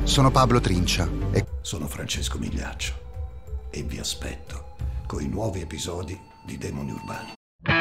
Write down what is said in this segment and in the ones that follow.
Sono Pablo Trincia e sono Francesco Migliaccio e vi aspetto con i nuovi episodi di Demoni Urbani.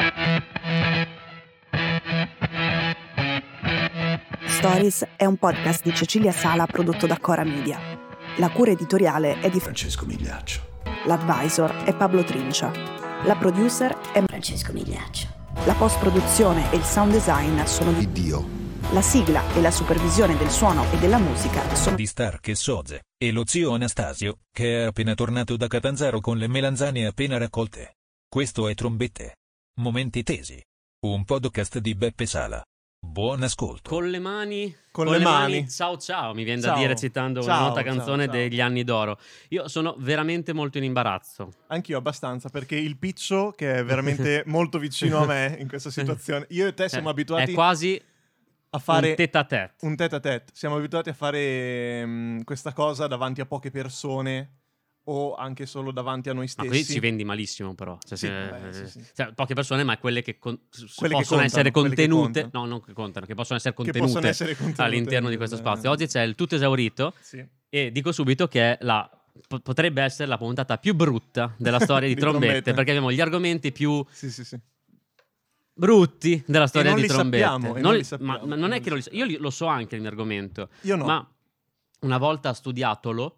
Stories è un podcast di Cecilia Sala prodotto da Cora Media. La cura editoriale è di Francesco Migliaccio. L'advisor è Pablo Trincia. La producer è Francesco Migliaccio. La post-produzione e il sound design sono di Dio. La sigla e la supervisione del suono e della musica sono di Stark e Soze, e lo zio Anastasio, che è appena tornato da Catanzaro con le melanzane appena raccolte. Questo è Trombette. Momenti tesi. Un podcast di Beppe Sala. Buon ascolto. Con le mani. Ciao ciao, mi viene da dire citando una nota canzone degli anni d'oro. Io sono veramente molto in imbarazzo. Anch'io abbastanza, perché il Piccio, che è veramente molto vicino a me in questa situazione, io e te siamo abituati è quasi a fare un tête-à-tête. Un tête-à-tête. Siamo abituati a fare questa cosa davanti a poche persone o anche solo davanti a noi stessi. Ma così ci vendi malissimo, però. Sì. Cioè, poche persone, ma quelle che possono essere contenute. No, non che contano, che possono essere contenute, all'interno di questo spazio. Oggi c'è il tutto esaurito. Sì. E dico subito che è potrebbe essere la puntata più brutta della storia di Trombette, perché abbiamo gli argomenti più brutti della storia di Trombette. Ma non è che io lo so anche il mio argomento. Io no. Ma una volta studiatolo,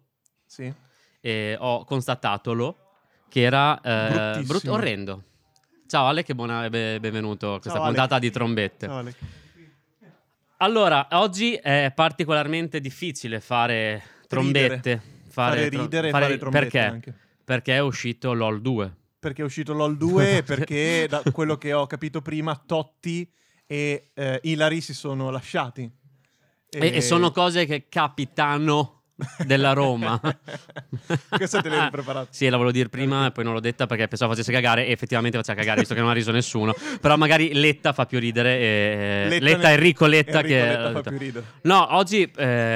ho constatatolo che era orrendo. Ciao Ale, che benvenuto a questa puntata di Trombette. Ciao Ale. Allora, oggi è particolarmente difficile fare trombette. Fare ridere e fare trombette. Perché? Anche. Perché è uscito LOL 2. Perché è uscito LOL 2 e perché, da quello che ho capito prima, Totti e Ilari si sono lasciati. E sono cose che capitano della Roma. Questa te l'hai preparata? Sì, la volevo dire prima e poi non l'ho detta perché pensavo facesse cagare, e effettivamente faceva cagare, visto che non ha riso nessuno. Però magari Letta fa più ridere. Enrico Letta che fa più ridere. No, oggi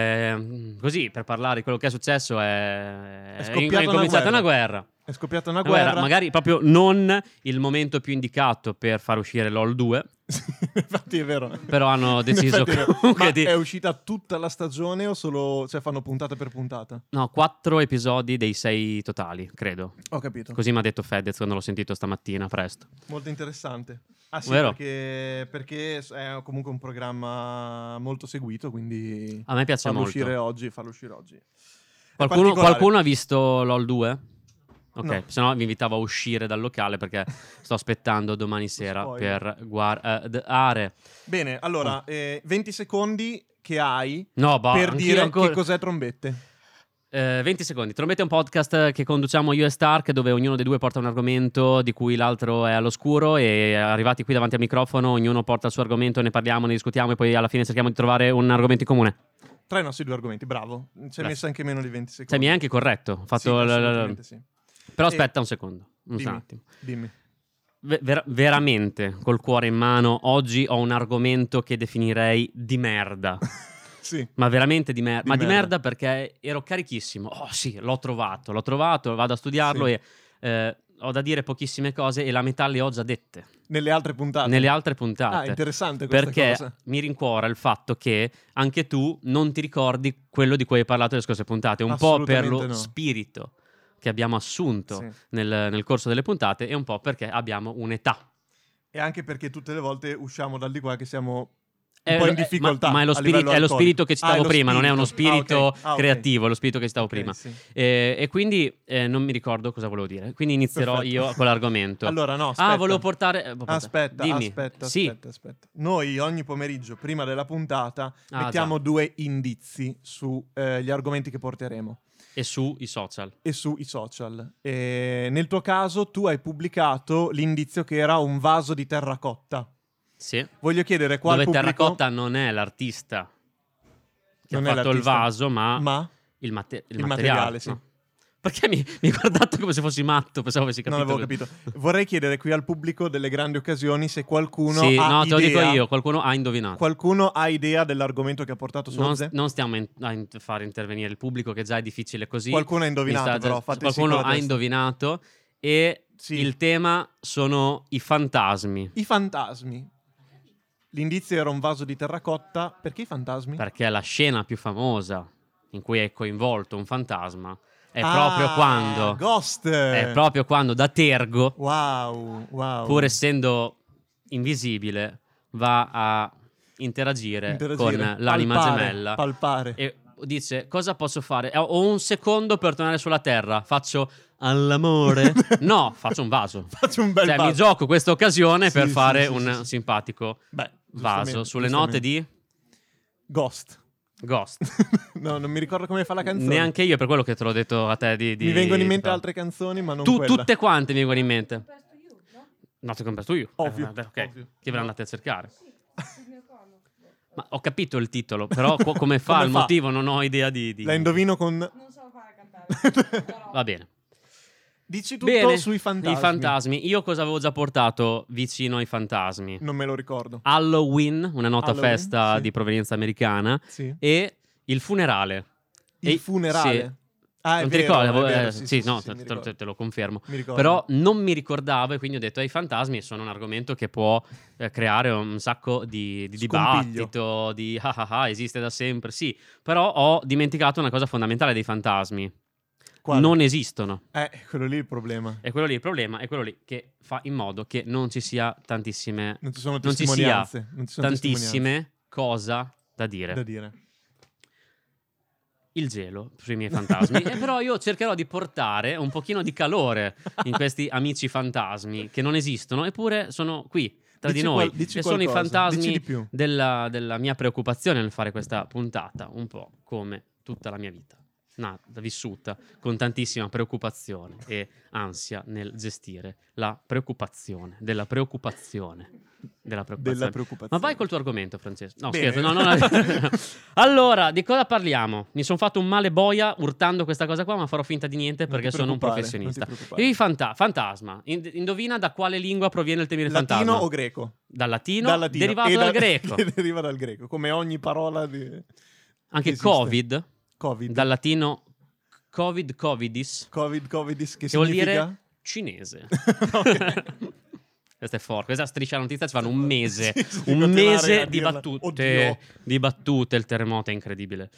così per parlare di quello che è successo è cominciata una guerra. È scoppiata una guerra. Magari proprio non il momento più indicato per far uscire LOL 2. Infatti è vero. Però hanno deciso Ma è uscita tutta la stagione o solo, cioè fanno puntata per puntata? No, 4 episodi dei 6 totali, credo. Ho capito. Così mi ha detto Fedez quando l'ho sentito stamattina presto. Molto interessante. Ah sì, vero? Perché è comunque un programma molto seguito, quindi a me piace farlo molto. Farlo uscire oggi. Qualcuno ha visto LOL 2? Ok, no. Se no vi invitavo a uscire dal locale perché sto aspettando domani sera per guardare. Bene, allora, 20 secondi che hai per dire che cos'è Trombette. 20 secondi. Trombette è un podcast che conduciamo io e Stark, dove ognuno dei due porta un argomento di cui l'altro è all'oscuro, e arrivati qui davanti al microfono ognuno porta il suo argomento, ne parliamo, ne discutiamo e poi alla fine cerchiamo di trovare un argomento in comune. Tra i nostri due argomenti, bravo. Ci hai messo anche meno di 20 secondi. Cioè, mi è anche corretto. Ho fatto sì. Però aspetta un secondo, un attimo. Dimmi. Veramente, col cuore in mano, oggi ho un argomento che definirei di merda. Sì. Ma veramente di merda. Di merda perché ero carichissimo. Oh sì, l'ho trovato, vado a studiarlo e ho da dire pochissime cose e la metà le ho già dette. Nelle altre puntate. Ah, interessante questa cosa. Perché mi rincuora il fatto che anche tu non ti ricordi quello di cui hai parlato le scorse puntate. Un po' per lo spirito che abbiamo assunto nel corso delle puntate e un po' perché abbiamo un'età. E anche perché tutte le volte usciamo dal di qua che siamo un po' in difficoltà. Ma è lo spirito che citavo prima, non è uno spirito creativo, è lo spirito che citavo prima. Sì. E quindi non mi ricordo cosa volevo dire. Quindi inizierò io con l'argomento. Allora, no, aspetta. Volevo portare... Aspetta. Sì. Noi ogni pomeriggio, prima della puntata, mettiamo 2 indizi su gli argomenti che porteremo. E sui social. E nel tuo caso tu hai pubblicato l'indizio che era un vaso di terracotta. Sì. Voglio chiedere qua al pubblico... terracotta non è l'artista che ha fatto il vaso, ma il materiale. Sì. No. Perché mi hai guardato come se fossi matto? Pensavo avessi capito. Non avevo capito. Vorrei chiedere qui al pubblico delle grandi occasioni se qualcuno ha idea... te lo dico io, qualcuno ha indovinato. Qualcuno ha idea dell'argomento che ha portato Soze? Non stiamo a fare intervenire il pubblico, che già è difficile così. Qualcuno ha indovinato, però. Qualcuno ha indovinato e il tema sono i fantasmi. I fantasmi. L'indizio era un vaso di terracotta. Perché i fantasmi? Perché è la scena più famosa in cui è coinvolto un fantasma è proprio quando Ghost! È proprio quando da Tergo, wow, pur essendo invisibile, va a interagire con l'anima gemella, palpare. E dice: cosa posso fare? Ho un secondo per tornare sulla terra. Faccio all'amore? No, faccio un vaso. Faccio un bel vaso. Mi gioco questa occasione per fare sì, un simpatico vaso sulle note di Ghost. No, non mi ricordo come fa la canzone. Neanche io, per quello che te l'ho detto a te mi vengono in mente altre canzoni, ma non quella. Tutte quante mi vengono in mente. No, ti ho comprato io. Ovvio. Ok, che ve l'andate a cercare. Ma ho capito il titolo, però come fa il motivo non ho idea di... La indovino con... Non so fare cantare. Va bene. Dici tutto sui fantasmi. I fantasmi. Io cosa avevo già portato vicino ai fantasmi? Non me lo ricordo. Halloween, una nota festa di provenienza americana, e il funerale. Il funerale? Sì. Ah, non ti ricordi? Te lo confermo. Però non mi ricordavo e quindi ho detto: i fantasmi sono un argomento che può creare un sacco di dibattito, di esiste da sempre. Sì, però ho dimenticato una cosa fondamentale dei fantasmi. Quale? Non esistono. Quello lì è il problema. È quello lì il problema, è quello lì che fa in modo che non ci sia tantissime... Non ci sono testimonianze. Tantissime cosa da dire. Il gelo sui miei fantasmi. Però io cercherò di portare un pochino di calore in questi amici fantasmi che non esistono, eppure sono qui tra di noi. E sono i fantasmi della mia preoccupazione nel fare questa puntata, un po' come tutta la mia vita. Vissuta con tantissima preoccupazione e ansia nel gestire la preoccupazione della preoccupazione. Ma vai col tuo argomento, Francesco. No, bene. scherzo, no. Allora, di cosa parliamo? Mi sono fatto un male boia urtando questa cosa qua, ma farò finta di niente perché sono un professionista. Il fantasma. Indovina da quale lingua proviene il termine fantasma? Latino o greco? Dal latino. Derivato dal greco. Deriva dal greco, come ogni parola di... Anche Covid. Dal latino covidis, che vuol dire cinese. Questa è forte, questa striscia la notizia ci fanno un mese, un mese di battute. Di battute, il terremoto è incredibile.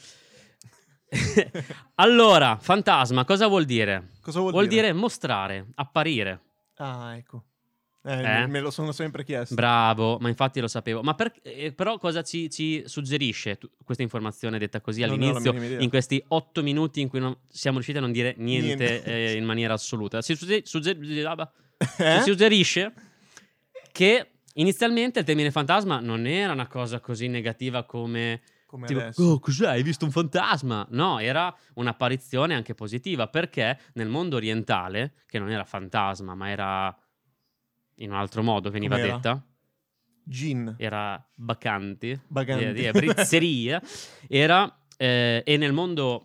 Allora, fantasma, cosa vuol dire? Vuol dire mostrare, apparire. Ah, ecco. Me lo sono sempre chiesto. Bravo, ma infatti lo sapevo. Ma però cosa ci suggerisce questa informazione detta così all'inizio, in questi 8 minuti in cui non siamo riusciti a non dire niente. In maniera assoluta? Si suggerisce che inizialmente il termine fantasma non era una cosa così negativa come tipo, adesso. Cos'è? Hai visto un fantasma? No, era un'apparizione anche positiva, perché nel mondo orientale, che non era fantasma, ma era... in un altro modo veniva detta. Gin. Era bacanti. Brizzeria. Era e nel mondo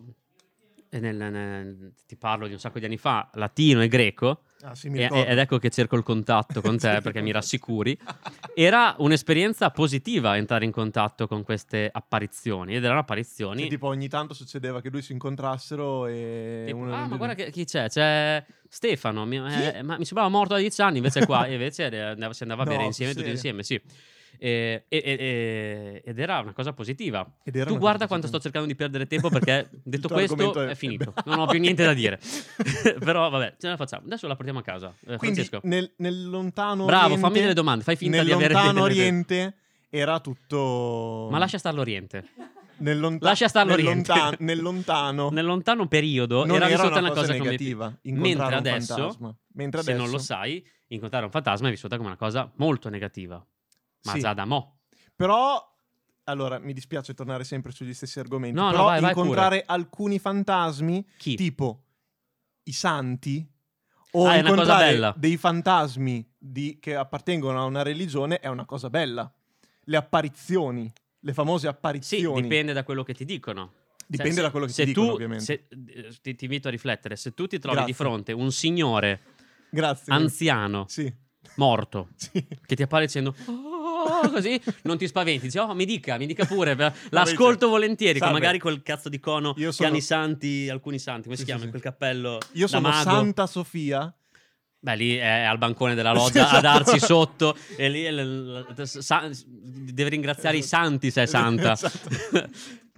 ti parlo di un sacco di anni fa, latino e greco. Ed ecco che cerco il contatto con te perché mi rassicuri. Era un'esperienza positiva entrare in contatto con queste apparizioni, ed erano apparizioni che tipo ogni tanto succedeva che lui si incontrassero e tipo, ma guarda chi c'è? C'è Stefano, ma mi sembrava morto da 10 anni, invece qua invece si andava a bere insieme, tutti insieme, sì. Ed era una cosa positiva. Tu guarda quanto sto cercando di perdere tempo, perché detto questo è finito, non ho più niente da dire. Però vabbè, ce la facciamo, adesso la portiamo a casa. Quindi Francesco, nel lontano bravo, oriente, fammi delle domande, fai finta di avere nel lontano oriente era tutto... Ma lascia stare l'Oriente. Lascia stare l'Oriente. Nel lontano periodo non era vissuta una cosa come negativa. Mentre adesso, se non lo sai, incontrare un fantasma è vissuta come una cosa molto negativa. Ma già da mo'. Però, allora, mi dispiace tornare sempre sugli stessi argomenti. No, però vai incontrare pure. Alcuni fantasmi, tipo i santi, o è una cosa incontrare bella. dei fantasmi che appartengono a una religione è una cosa bella. Le apparizioni, le famose apparizioni. Sì, dipende da quello che ti dicono. Dipende da quello che ti dicono, ovviamente. Ti invito a riflettere. Se tu ti trovi di fronte un signore anziano, morto, che ti appare dicendo così, non ti spaventi, dici mi dica pure, l'ascolto volentieri. Magari quel cazzo di cono che hanno alcuni santi, come si chiama? Quel cappello. Io sono mago. Santa Sofia. Beh, lì è al bancone della loggia a darsi sotto, e lì deve ringraziare i santi se è santa.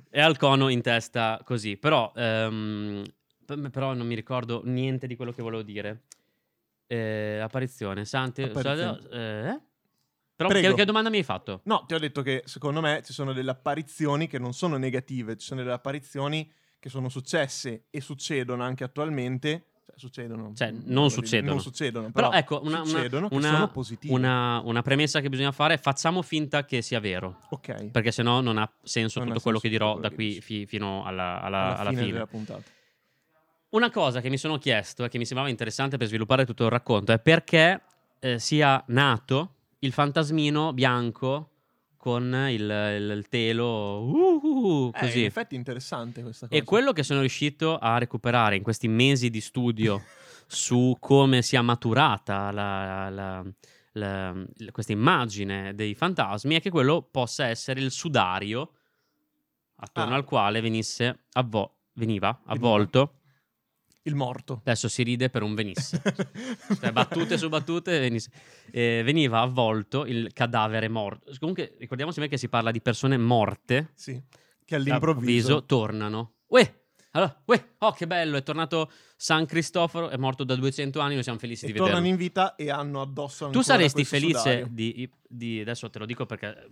E al cono in testa così. Però non mi ricordo niente di quello che volevo dire. Apparizione. Apparizione. Però Prego. che domanda mi hai fatto? No, ti ho detto che secondo me ci sono delle apparizioni che non sono negative, ci sono delle apparizioni che sono successe e succedono anche attualmente. Succedono. Cioè, non succedono. Non succedono, Però però ecco, succedono che sono positive. una premessa che bisogna fare: facciamo finta che sia vero. Ok. Perché sennò non ha senso Non ha tutto quello senso che dirò tutto da quello che qui dici. fino alla Alla fine. della puntata. Una cosa che mi sono chiesto e che mi sembrava interessante per sviluppare tutto il racconto è perché sia nato il fantasmino bianco con il telo così. In effetti è interessante questa cosa. E quello che sono riuscito a recuperare in questi mesi di studio su come sia maturata questa immagine dei fantasmi è che quello possa essere il sudario attorno al quale veniva avvolto. Il morto. Adesso si ride per un venisse. Cioè, battute su battute, veniva avvolto il cadavere morto. Comunque ricordiamoci bene che si parla di persone morte. Sì, che all'improvviso tornano. Oh, che bello, è tornato San Cristoforo, è morto da 200 anni, noi siamo felici di vederlo. tornano in vita e hanno addosso ancora Tu saresti questo felice sudario. di adesso te lo dico perché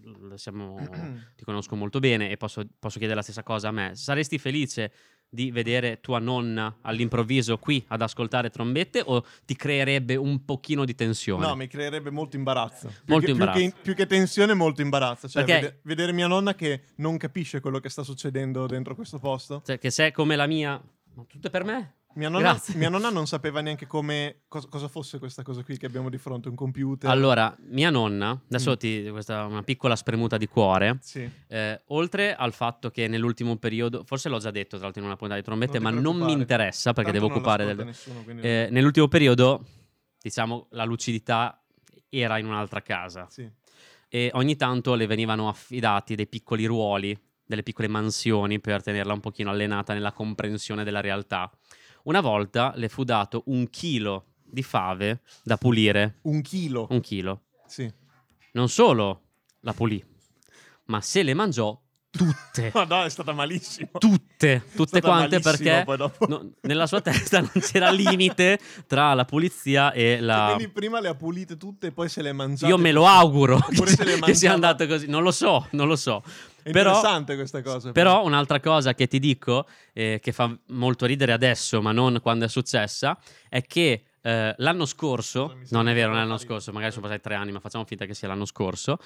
ti conosco molto bene e posso chiedere la stessa cosa a me. Saresti felice di vedere tua nonna all'improvviso qui ad ascoltare trombette o ti creerebbe un pochino di tensione? No, mi creerebbe molto imbarazzo. Molto imbarazzo. Più che tensione, molto imbarazzo. Cioè, Perché- vedere mia nonna che non capisce quello che sta succedendo dentro questo posto. Cioè, che sei come la mia... Ma tutto è per me? Mia nonna, Grazie. mia nonna non sapeva neanche cosa fosse questa cosa qui che abbiamo di fronte, un computer. Allora, mia nonna, adesso questa è una piccola spremuta di cuore, Sì. oltre al fatto che nell'ultimo periodo, forse l'ho già detto tra l'altro in una puntata di trombette, Non ti ma non mi preoccupare. interessa perché Tanto devo non occupare l'ascolta nessuno, quindi nell'ultimo periodo, diciamo, la lucidità era in un'altra casa sì. e ogni tanto le venivano affidati dei piccoli ruoli, delle piccole mansioni per tenerla un pochino allenata nella comprensione della realtà. Una volta le fu dato 1 chilo di fave da pulire. 1 chilo. 1 chilo. Sì. Non solo la pulì, ma se le mangiò tutte. Ma no, è stata malissimo. Tutte stata quante malissimo perché poi dopo. nella sua testa non c'era limite tra la pulizia e la... Quindi prima le ha pulite tutte e poi se le ha mangiate. Io me lo auguro Oppure se le che sia mangiava. andato così. Non lo so. È Però, interessante questa cosa. però un'altra cosa che ti dico, che fa molto ridere adesso, ma non quando è successa, è che l'anno scorso, non è vero, non è l'anno scorso, magari sono passati 3 anni, ma facciamo finta che sia l'anno scorso,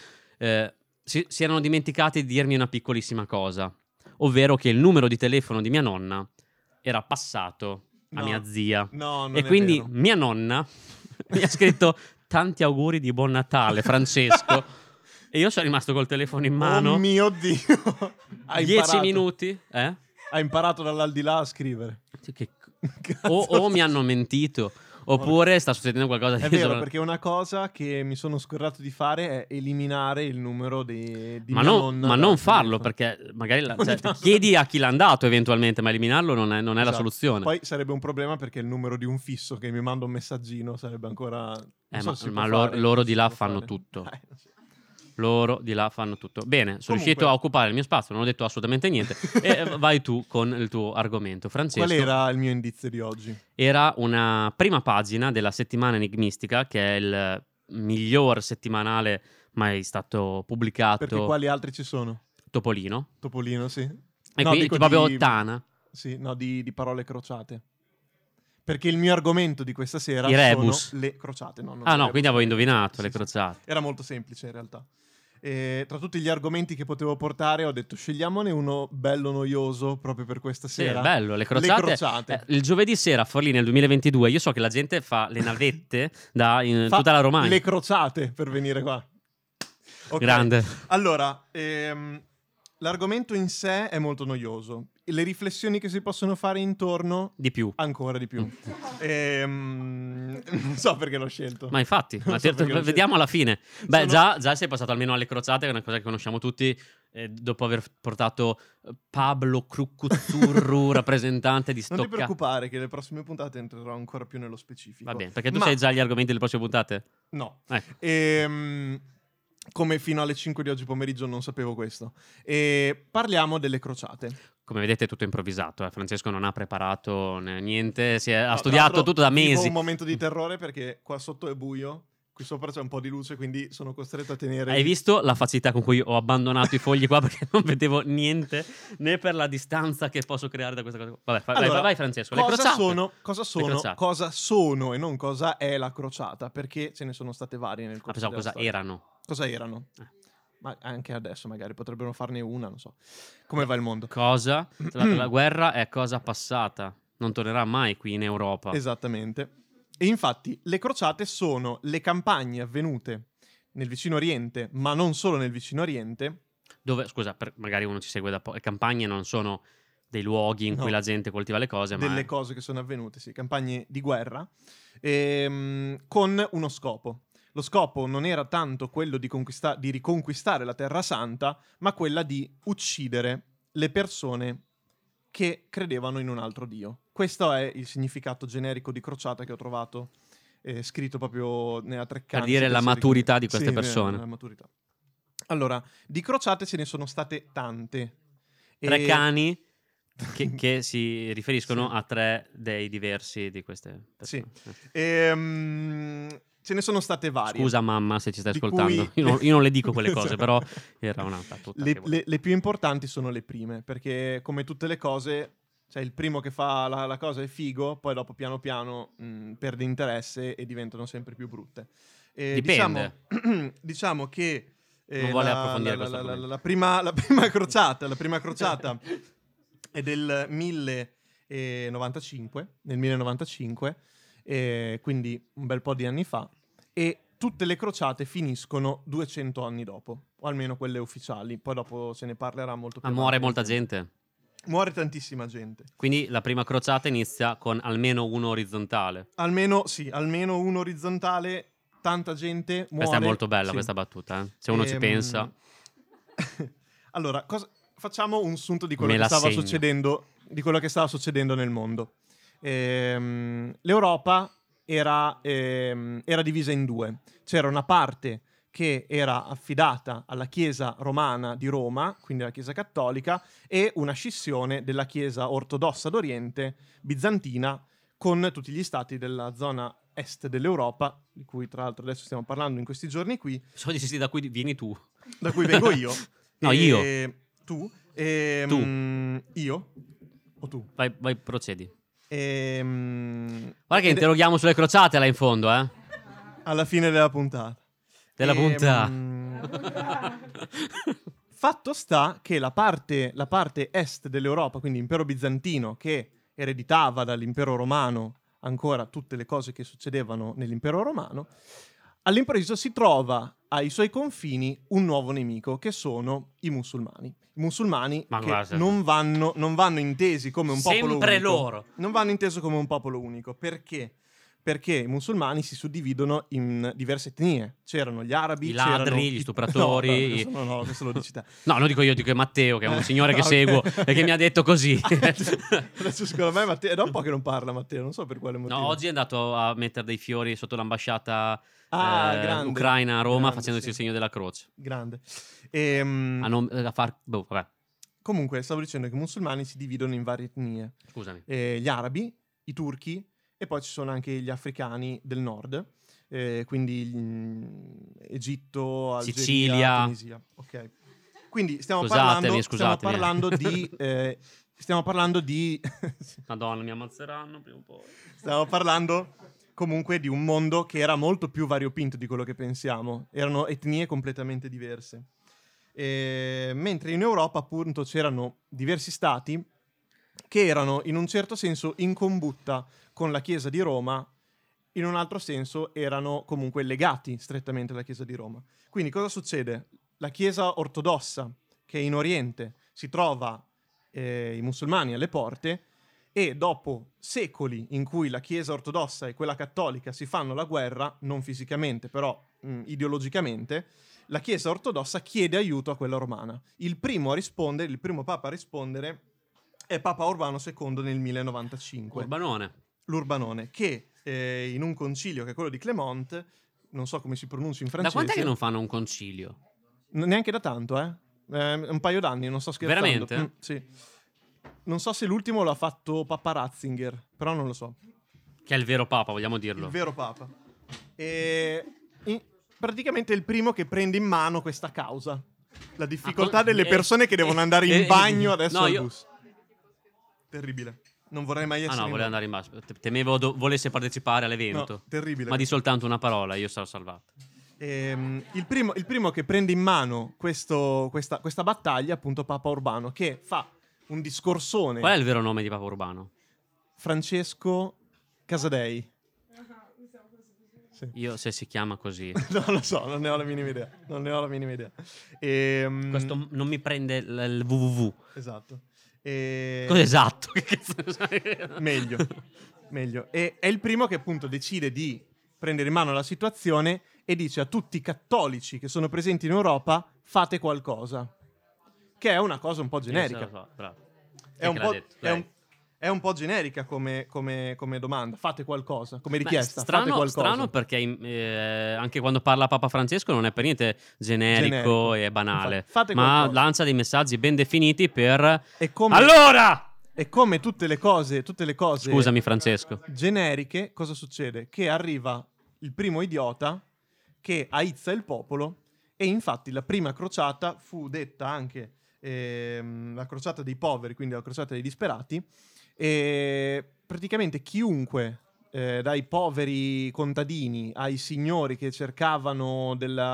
si erano dimenticati di dirmi una piccolissima cosa, ovvero che il numero di telefono di mia nonna era passato a No. mia zia. No, non E è quindi vero. mia nonna mi ha scritto tanti auguri di buon Natale, Francesco. E io sono rimasto col telefono in mano. Oh mio Dio. Hai 10 imparato. minuti. Ha imparato dall'aldilà a scrivere. O mi hanno mentito, oppure sta succedendo qualcosa di È vero, perché una cosa che mi sono scordato di fare è eliminare il numero di ma mia non, nonna ma dal non farlo, telefono. perché magari Ogni tanto. chiedi a chi l'ha dato eventualmente, ma eliminarlo non è la Esatto. soluzione. Poi sarebbe un problema perché il numero di un fisso che mi manda un messaggino sarebbe ancora... non so se si ma può fare, loro non di si là può fanno fare. tutto. Non so. Loro di là fanno tutto. Bene, sono Comunque- riuscito a occupare il mio spazio, non ho detto assolutamente niente. E vai tu con il tuo argomento, Francesco. Qual era il mio indizio di oggi? Era una prima pagina della settimana enigmistica, che è il miglior settimanale mai stato pubblicato. Perché quali altri ci sono? Topolino. Topolino, sì. E No, qui dico proprio di- Tana. Sì, no, di parole crociate. Perché il mio argomento di questa sera I rebus. sono le crociate. No, non Ah i no, rebus, quindi avevo le indovinato crociate, le sì, crociate. sì. Era molto semplice in realtà. E tra tutti gli argomenti che potevo portare ho detto scegliamone uno bello noioso proprio per questa Sì, sera. è bello, le crociate. Le crociate. Il giovedì sera a Forlì nel 2022, io so che la gente fa le navette in Fa tutta la Romagna. le crociate per venire qua. Ok. Grande. Allora, l'argomento in sé è molto noioso. Le riflessioni che si possono fare intorno Di più. ancora di più. Non so perché l'ho scelto. Ma infatti, Non so perché l'ho vediamo alla fine. Beh, Sono- già sei passato almeno alle crociate, che è una cosa che conosciamo tutti, dopo aver portato Pablo Crucuzzurru, rappresentante di Non ti Stocca. preoccupare che le prossime puntate entrerò ancora più nello specifico. Va bene, perché tu Ma- sai già gli argomenti delle prossime puntate? No. Ecco. come fino alle 5 di oggi pomeriggio non sapevo questo. E parliamo delle crociate. Come vedete è tutto improvvisato, Francesco non ha preparato niente, ha No, tra studiato l'altro tutto da vivo mesi. un momento di terrore perché qua sotto è buio, qui sopra c'è un po' di luce, quindi sono costretto a tenere... Hai visto la facilità con cui ho abbandonato i fogli qua perché non vedevo niente, né per la distanza che posso creare da questa cosa. Vabbè, Allora, vai Francesco, le cosa crociate. cosa sono e non cosa è la crociata, perché ce ne sono state varie nel corso Pensavo della cosa storia. erano. Cosa erano? Ma anche adesso magari potrebbero farne una, non so. Come va il mondo? Cosa? La guerra è cosa passata, non tornerà mai qui in Europa. Esattamente. E infatti le crociate sono le campagne avvenute nel Vicino Oriente, ma non solo nel Vicino Oriente. Dove, scusa, magari uno ci segue da poco, le campagne non sono dei luoghi in No. cui la gente coltiva le cose, ma Delle cose che sono avvenute, sì, campagne di guerra, con uno scopo. Lo scopo non era tanto quello di riconquistare la Terra Santa, ma quella di uccidere le persone che credevano in un altro dio. Questo è il significato generico di crociata che ho trovato scritto proprio nella Treccani. per dire la maturità di queste persone. La maturità. Allora, di crociate ce ne sono state tante. Tre E- cani che si riferiscono Sì. a tre dei diversi di queste Sì. persone. Ce ne sono state varie. Scusa mamma se ci stai Di ascoltando, cui- io non le dico quelle cose, però era una battuta. che volevo. Le più importanti sono le prime, perché come tutte le cose, cioè il primo che fa la cosa è figo, poi dopo piano piano perde interesse e diventano sempre più brutte. Dipende. Diciamo che Non vuole approfondire questo argomento. la prima crociata è del 1095, nel 1095, quindi un bel po' di anni fa, e tutte le crociate finiscono 200 anni dopo, o almeno quelle ufficiali, poi dopo se ne parlerà molto più Ma muore avanti. molta gente. Muore tantissima gente. Quindi la prima crociata inizia con almeno uno orizzontale. Almeno uno orizzontale, tanta gente muore. Questa è molto bella, Sì. questa battuta. Se uno ci pensa. Allora, facciamo un sunto di quello Me che la stava segno. succedendo, di quello che stava succedendo nel mondo. L'Europa era divisa in due. C'era una parte che era affidata alla Chiesa romana di Roma, quindi alla Chiesa cattolica, e una scissione della Chiesa ortodossa d'Oriente bizantina con tutti gli stati della zona est dell'Europa, di cui tra l'altro adesso stiamo parlando in questi giorni qui, So di sì, da cui vieni tu. da cui vengo io. No, io. Tu. Io? O tu? Vai, procedi. Guarda Guarda che interroghiamo sulle crociate là in fondo, alla fine della puntata. Della puntata. Fatto sta che la parte est dell'Europa, quindi impero bizantino, che ereditava dall'impero romano ancora tutte le cose che succedevano nell'impero romano, all'improvviso si trova ai suoi confini un nuovo nemico, che sono i musulmani. I musulmani Ma che guarda. non vanno intesi come un popolo unico. Sempre loro. Non vanno intesi come un popolo unico. Perché? Perché i musulmani si suddividono in diverse etnie. C'erano gli arabi, I ladri, c'erano gli stupratori. No, questo lo dici te. No, non dico io, dico Matteo, che è un signore che Ok. seguo e che mi ha detto così. Adesso secondo me Matteo, è da un po' che non parla Matteo, non so per quale motivo. No, oggi è andato a mettere dei fiori sotto l'ambasciata Grande. ucraina a Roma, Grande, facendosi sì. il segno della croce. Grande. Vabbè, Comunque, stavo dicendo che i musulmani si dividono in varie etnie. scusami. Gli arabi, i turchi e poi ci sono anche gli africani del nord, quindi Egitto, Algeria, Sicilia. Tunisia. Ok. Quindi stiamo Scusatemi. parlando di Madonna, mi ammazzeranno prima o poi. stiamo parlando comunque di un mondo che era molto più variopinto di quello che pensiamo. Erano etnie completamente diverse. Mentre in Europa, appunto, c'erano diversi stati che erano in un certo senso in combutta con la Chiesa di Roma, in un altro senso erano comunque legati strettamente alla Chiesa di Roma. Quindi cosa succede? La Chiesa ortodossa, che è in Oriente, si trova i musulmani alle porte, e dopo secoli in cui la Chiesa ortodossa e quella cattolica si fanno la guerra, non fisicamente però ideologicamente, la Chiesa ortodossa chiede aiuto a quella romana. Il primo papa a rispondere è Papa Urbano II nel 1095. Urbanone. L'Urbanone, che in un concilio, che è quello di Clement, non so come si pronuncia in Da francese. quant'è che non fanno un concilio? Neanche da tanto, un paio d'anni, non sto scherzando. Veramente? Sì. Non so se l'ultimo l'ha fatto Papa Ratzinger, però non lo so. Che è il vero papa, vogliamo dirlo. Il vero Papa. Praticamente è il primo che prende in mano questa causa. La difficoltà delle persone che devono andare in bagno adesso al bus. Terribile. Non vorrei mai essere. Ah no, voleva andare in basso. Temevo volesse partecipare all'evento. No, terribile. Ma di soltanto una parola, io sarò salvato. Il primo che prende in mano questa battaglia, appunto, Papa Urbano, che fa un discorsone. Qual è il vero nome di Papa Urbano? Francesco Casadei. Sì. Io se si chiama così. Non lo so, non ne ho la minima idea. Questo non mi prende il www. Esatto. Cos'è esatto? Meglio. E è il primo che appunto decide di prendere in mano la situazione e dice a tutti i cattolici che sono presenti in Europa: fate qualcosa. Che è una cosa un po' generica. Bravo. È un po' generica come domanda. Fate qualcosa, come richiesta. Fate qualcosa. Strano perché anche quando parla Papa Francesco non è per niente generico e banale. Fate ma qualcosa. lancia dei messaggi ben definiti per... Allora! E come tutte le cose Scusami Francesco. generiche, cosa succede? Che arriva il primo idiota che aizza il popolo, e infatti la prima crociata fu detta anche la crociata dei poveri, quindi la crociata dei disperati, e praticamente chiunque, dai poveri contadini ai signori che cercavano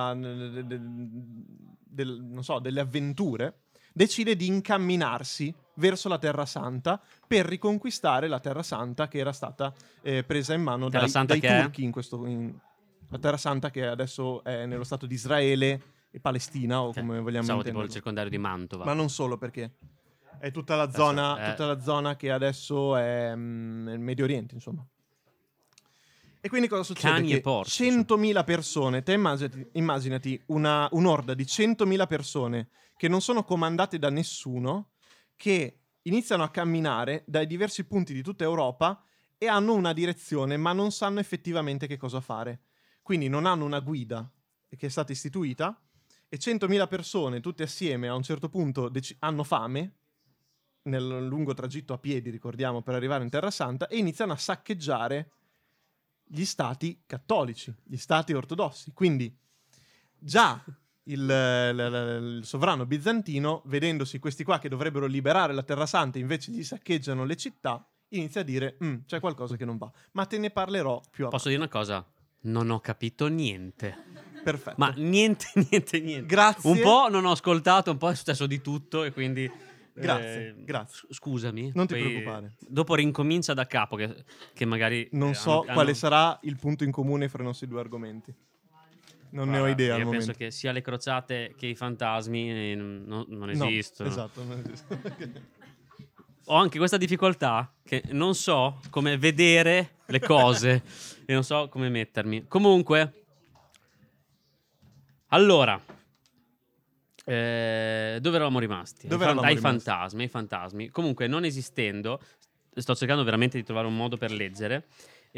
non so, delle avventure, decide di incamminarsi verso la Terra Santa per riconquistare la Terra Santa che era stata presa in mano dai turchi la Terra Santa che adesso è nello stato di Israele e Palestina, o come vogliamo tipo intenderlo. il circondario di Mantova. Ma non solo, perché è tutta la zona che adesso è nel Medio Oriente, insomma. E quindi cosa succede? Cani che e porci, 100.000 persone, te immaginati un'orda di 100.000 persone che non sono comandate da nessuno, che iniziano a camminare dai diversi punti di tutta Europa e hanno una direzione, ma non sanno effettivamente che cosa fare. Quindi non hanno una guida che è stata istituita, e 100.000 persone tutte assieme a un certo punto hanno fame nel lungo tragitto a piedi, ricordiamo, per arrivare in Terra Santa, e iniziano a saccheggiare gli stati cattolici, gli stati ortodossi. Quindi già il sovrano bizantino, vedendosi questi qua che dovrebbero liberare la Terra Santa, invece gli saccheggiano le città, inizia a dire c'è qualcosa che non va, ma te ne parlerò più avanti. Posso dire una cosa? Non ho capito niente. Perfetto. Ma niente. Grazie. Un po' non ho ascoltato, un po' è successo di tutto e quindi... Grazie. Scusami. Non ti preoccupare. Dopo rincomincia da capo che magari... Non so quale sarà il punto in comune fra i nostri due argomenti. Non ne ho idea al io momento. penso che sia le crociate che i fantasmi non esistono. Esatto, non esistono. Ho anche questa difficoltà che non so come vedere le cose e non so come mettermi. Comunque, allora, dove eravamo rimasti? Ai fantasmi. Comunque, non esistendo, sto cercando veramente di trovare un modo per leggere.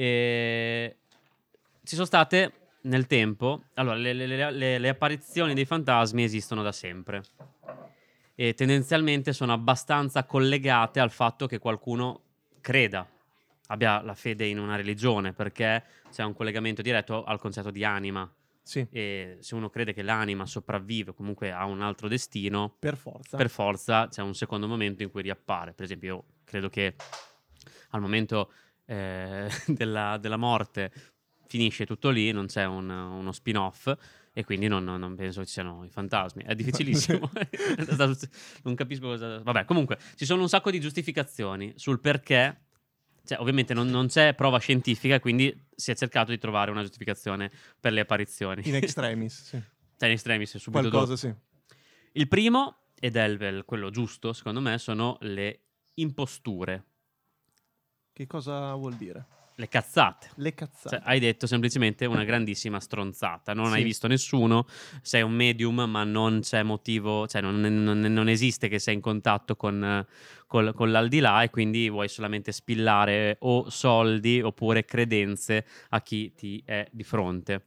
Ci sono state nel tempo. Allora, le apparizioni dei fantasmi esistono da sempre. E tendenzialmente sono abbastanza collegate al fatto che qualcuno creda, abbia la fede in una religione, perché c'è un collegamento diretto al concetto di anima. Sì. E se uno crede che l'anima sopravvive, comunque ha un altro destino, per forza c'è un secondo momento in cui riappare. Per esempio, io credo che al momento della morte finisce tutto lì, non c'è uno spin-off, e quindi non penso che ci siano i fantasmi. È difficilissimo. Non capisco cosa... Vabbè, comunque, ci sono un sacco di giustificazioni sul perché. Cioè, ovviamente non c'è prova scientifica, quindi si è cercato di trovare una giustificazione per le apparizioni. In extremis, sì. Cioè, in extremis, subito qualcosa, dopo. sì. Il primo, ed è quello giusto, secondo me, sono le imposture. Che cosa vuol dire? Le cazzate. Cioè, hai detto semplicemente una grandissima stronzata. Non sì. hai visto nessuno, sei un medium, ma non c'è motivo, cioè non esiste che sei in contatto con l'aldilà, e quindi vuoi solamente spillare o soldi oppure credenze a chi ti è di fronte.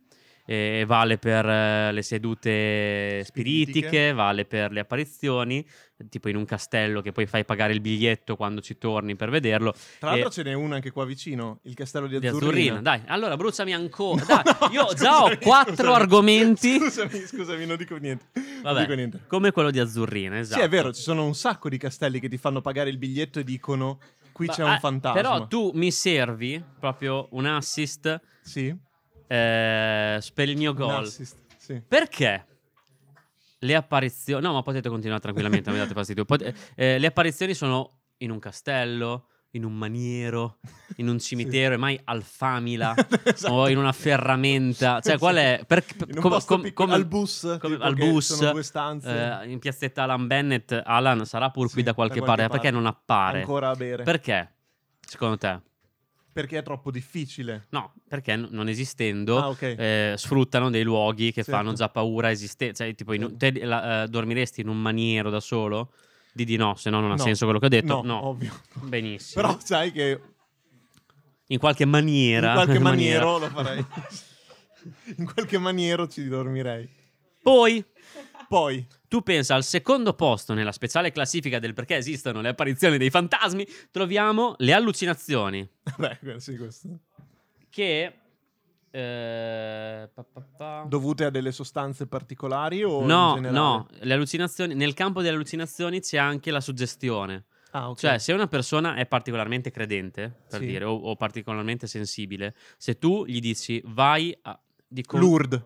vale per le sedute spiritiche, vale per le apparizioni, tipo in un castello che poi fai pagare il biglietto quando ci torni per vederlo. Tra l'altro ce n'è una anche qua vicino, il castello di Azzurrina. Azzurrina, dai, allora bruciami ancora. Dai, io già ho 4 argomenti. Scusami, non dico niente. Vabbè, non dico niente. come quello di Azzurrina, esatto. Sì, è vero, ci sono un sacco di castelli che ti fanno pagare il biglietto e dicono qui c'è un fantasma. Però tu mi servi proprio un assist Sì. per il mio Un gol. assist, sì. Perché le apparizioni... No, ma potete continuare tranquillamente, non mi date fastidio. Le apparizioni sono in un castello, in un maniero, in un cimitero, e mai al Famila Esatto. o in una ferramenta. Cioè, qual è... In un posto piccolo, al bus, tipo al che bus, sono 2 stanze. in piazzetta Alan Bennett. Alan sarà pur qui Sì, da qualche da parte. qualche Perché parte. non appare? Ancora a bere. Perché? Secondo te? Perché è troppo difficile. No, perché non esistendo Ah, ok. sfruttano dei luoghi che Certo. fanno già paura cioè, tipo, te dormiresti in un maniero da solo? Di no, se no non ha No. senso quello che ho detto. No, ovvio. Benissimo. Però sai che in qualche maniera. in qualche maniero lo farei. In qualche maniero ci dormirei. Poi, tu pensa al secondo posto nella speciale classifica del perché esistono le apparizioni dei fantasmi, troviamo le allucinazioni. Beh, sì, questo. Che... Dovute a delle sostanze particolari o in No, generale? no, le allucinazioni, nel campo delle allucinazioni c'è anche la suggestione. Ah, ok. Cioè, se una persona è particolarmente credente, per Sì. dire, o particolarmente sensibile, se tu gli dici vai a... Lourdes.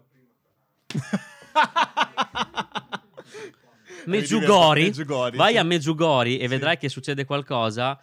Meggiugori, Meggiugori, vai sì. a Meggiugori e Sì. vedrai che succede qualcosa.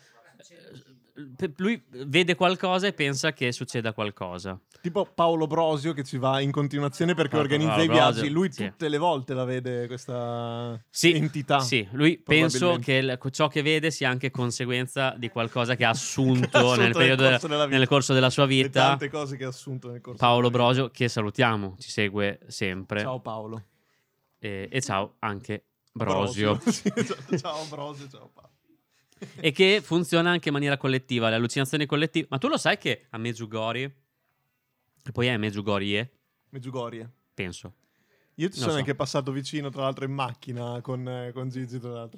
Lui vede qualcosa e pensa che succeda qualcosa. Tipo Paolo Brosio che ci va in continuazione perché Paolo organizza i Brosio, viaggi. Lui sì. tutte le volte la vede questa Sì, entità. sì, lui penso probabilmente. che ciò che vede sia anche conseguenza di qualcosa che ha assunto, Che ha assunto nel periodo corso della vita. nel corso della sua E vita. tante cose che ha assunto nel corso Paolo della vita. Brosio, che salutiamo, ci segue sempre. Ciao Paolo. E ciao anche Brosio. Sì, ciao Brosio, ciao Paolo. E che funziona anche in maniera collettiva, le allucinazioni collettive. Ma tu lo sai che a Meggiugori, e poi è Meggiugorie, Meggiugorie. penso. Io ci Non sono so. anche passato vicino, tra l'altro, in macchina con Gigi, tra l'altro.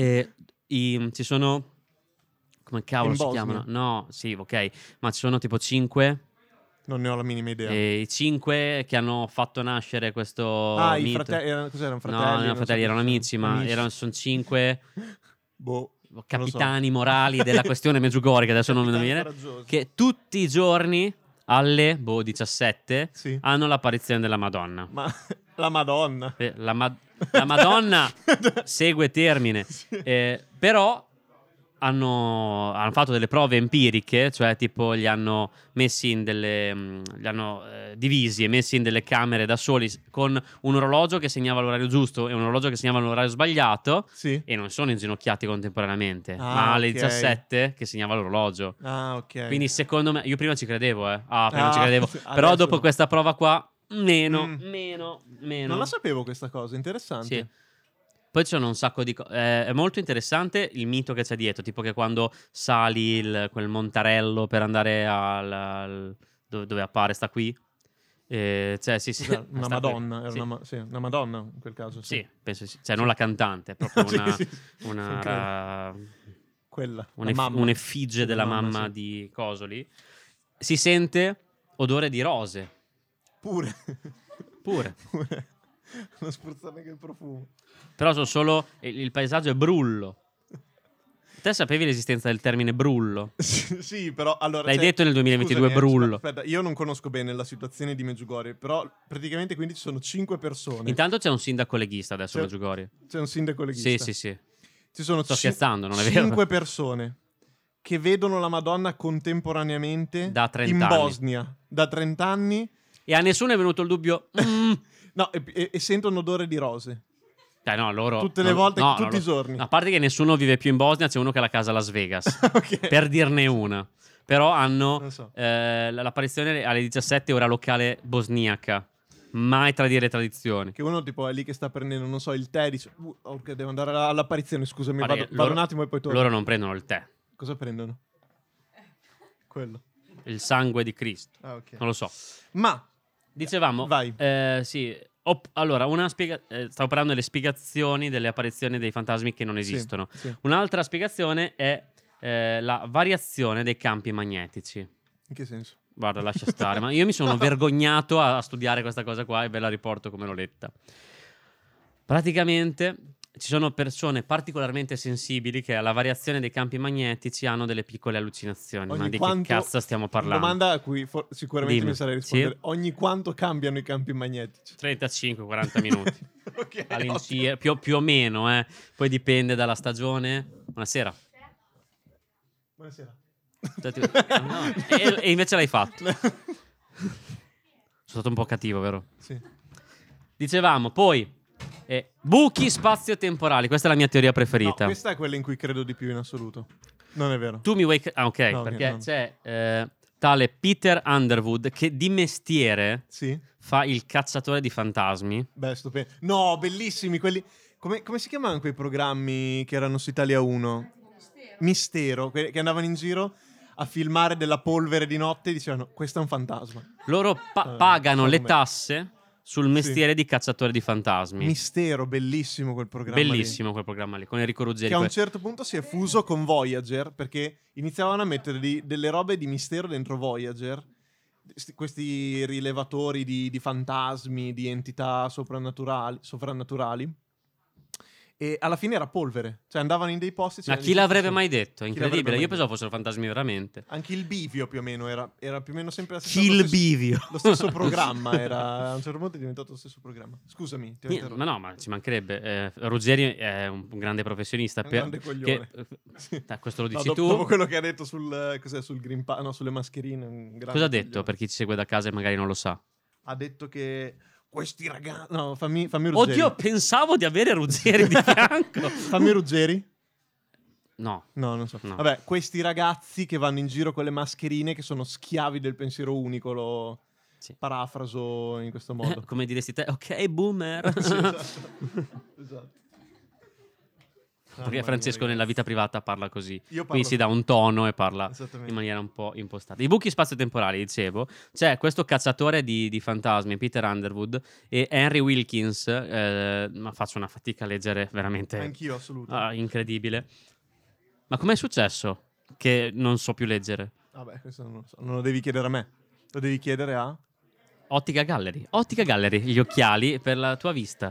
Ci sono... Come cavolo In si Bosnia? chiamano? No, sì, ok. Ma ci sono tipo 5... Non ne ho la minima idea. I 5 che hanno fatto nascere questo I mito. fratelli, cos'erano? Fratelli? No, non erano Non fratelli, so erano cosa amici, ma sono. sono 5 Boh, capitani morali della questione Meggiugori, che adesso non mi viene, coraggiosi. che tutti i giorni alle 17 Sì. hanno l'apparizione della Madonna. Ma la Madonna. La Madonna segue termine, però hanno fatto delle prove empiriche, cioè tipo li hanno messi in li hanno divisi e messi in delle camere da soli con un orologio che segnava l'orario giusto e un orologio che segnava l'orario sbagliato, Sì. e non sono inginocchiati contemporaneamente, Ah, ma alle ok. 17 che segnava l'orologio. Ah, ok. Quindi secondo me, io prima ci credevo, prima ci Ah, credevo, sì, però adesso dopo no. questa prova qua, meno. Non la sapevo questa cosa, interessante. Sì. Poi ci sono un sacco di cose. È molto interessante il mito che c'è dietro. Tipo che quando sali quel montarello per andare dove appare, sta qui. Cioè, sì, sì. Cos'era? Una sta qui. Madonna, era Sì. sì, una Madonna in quel caso. Sì, penso sì. Cioè, non la cantante, è proprio Sì, una, sì, una, credo. Quella. la un'eff- mamma. un'effigie Sì, della la mamma sì. di Cosoli. Si sente odore di rose. Pure. Pure. Non spruzzare che il profumo. Però sono solo... Il paesaggio è brullo. Te sapevi l'esistenza del termine brullo? Sì, però allora L'hai detto nel 2022, brullo. Aspetta, io non conosco bene la situazione di Meggiugorje, però praticamente quindi ci sono 5 persone. Intanto c'è un sindaco leghista adesso a C'è- Meggiugorje. C'è un sindaco leghista. Sì, sì, sì. Ci sono Sto scherzando, non è vero? 5 persone che vedono la Madonna contemporaneamente Da 30 in anni. Bosnia da 30 anni. E a nessuno è venuto il dubbio... No, e sentono odore di rose. no, loro... Tutte le no, volte, no, tutti no, i giorni. A parte che nessuno vive più in Bosnia, c'è uno che ha la casa a Las Vegas. Ok. Per dirne una. Però hanno Non so. l'apparizione alle 17 ora locale bosniaca. Mai tradire tradizioni. Che uno tipo è lì che sta prendendo, non so, il tè, dice ok, devo andare all'apparizione, scusami, Guarda vado che un attimo e poi torno. Loro non prendono il tè. Cosa prendono? Quello. Il sangue di Cristo. Ah, ok. Non lo so. Ma Dicevamo, Vai. sì. Allora, stavo parlando delle spiegazioni delle apparizioni dei fantasmi che non esistono. Sì. Un'altra spiegazione è la variazione dei campi magnetici. In che senso? Guarda, lascia stare, ma io mi sono vergognato a studiare questa cosa qua e ve la riporto come l'ho letta. Praticamente ci sono persone particolarmente sensibili che alla variazione dei campi magnetici hanno delle piccole allucinazioni. Ma di che cazzo stiamo parlando? Domanda a cui sicuramente Dimmi. mi sarei rispondere. Sì? Ogni quanto cambiano i campi magnetici? 35-40 minuti. Ok, All'incirca, più o meno, poi dipende dalla stagione. Buonasera. Buonasera. No. E invece l'hai fatto. Sono stato un po' cattivo, vero? Sì. Dicevamo poi buchi spazio-temporali. Questa è la mia teoria preferita. No, questa è quella in cui credo di più in assoluto. Non è vero. Tu mi vuoi... ok, No, perché no. c'è tale Peter Underwood che di mestiere Sì? fa il cacciatore di fantasmi. Beh, stupendo. No, bellissimi quelli... Come si chiamavano quei programmi che erano su Italia 1? Mistero, che andavano in giro a filmare della polvere di notte e dicevano questo è un fantasma. Loro pagano so le com'è. tasse sul mestiere di cacciatore di fantasmi. Mistero, bellissimo quel programma lì. Bellissimo quel programma lì, con Enrico Ruggeri. Che a un certo punto si è fuso con Voyager perché iniziavano a mettere delle robe di mistero dentro Voyager, questi rilevatori di fantasmi, di entità soprannaturali. E alla fine era polvere, cioè andavano in dei posti. Ma chi l'avrebbe mai detto? È Chi l'avrebbe incredibile. mai Io pensavo fossero fantasmi veramente. Anche il bivio più o meno era più o meno sempre la stessa Kill Bivio. Lo stesso programma era. A un certo punto è diventato lo stesso programma. Scusami, ti ho interrotto. Ma no, ma ci mancherebbe. Ruggeri è un grande professionista. È un grande coglione. Sì. Questo lo dici No, tu. dopo quello che ha detto sul Green Pass, no, sulle mascherine. Cosa ha detto per chi ci segue da casa e magari non lo sa? Ha detto che questi ragazzi. No, fammi Ruggeri. Oddio, pensavo di avere Ruggeri di fianco. Fammi Ruggeri. No. No, non so. No. Vabbè, questi ragazzi che vanno in giro con le mascherine che sono schiavi del pensiero unico, lo parafraso in questo modo. Come diresti te? Ok, boomer. Sì, esatto. Perché Francesco nella vita privata parla così. Io parlo Quindi si dà un tono e parla Esattamente. in maniera un po' impostata. I buchi spazio-temporali, dicevo. C'è questo cacciatore di fantasmi, Peter Underwood, e Henry Wilkins. Ma faccio una fatica a leggere, veramente. Anch'io, assolutamente. Incredibile. Ma com'è successo che non so più leggere? Vabbè, questo non lo so. Non lo devi chiedere a me. Lo devi chiedere a... Ottica Gallery, gli occhiali per la tua vista.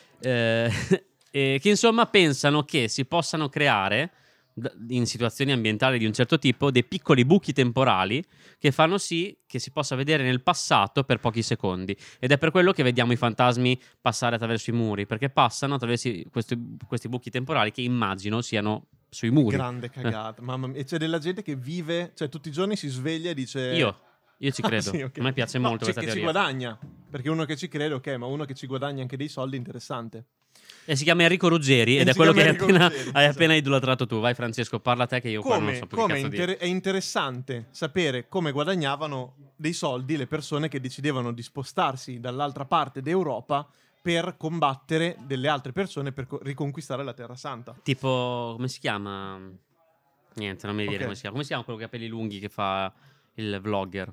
Che insomma pensano che si possano creare in situazioni ambientali di un certo tipo dei piccoli buchi temporali che fanno sì che si possa vedere nel passato per pochi secondi, ed è per quello che vediamo i fantasmi passare attraverso i muri, perché passano attraverso questi buchi temporali che immagino siano sui muri. Grande cagata. Mamma mia. E c'è della gente che vive, cioè tutti i giorni si sveglia e dice... Io ci credo. Sì, okay. A me piace molto questa che teoria. ci guadagna, perché uno che ci crede, ok, ma uno che ci guadagna anche dei soldi è interessante. E si chiama Enrico Ruggeri ed è si quello che chiama Enrico Ruggeri, hai esatto. appena idolatrato tu. Vai Francesco, parla te che io qua non so più che cazzo dire. È interessante sapere come guadagnavano dei soldi le persone che decidevano di spostarsi dall'altra parte d'Europa per combattere delle altre persone per riconquistare la Terra Santa. Tipo, come si chiama? Niente, non mi viene Ok. come si chiama. Come si chiama quello con i capelli lunghi che fa il vlogger?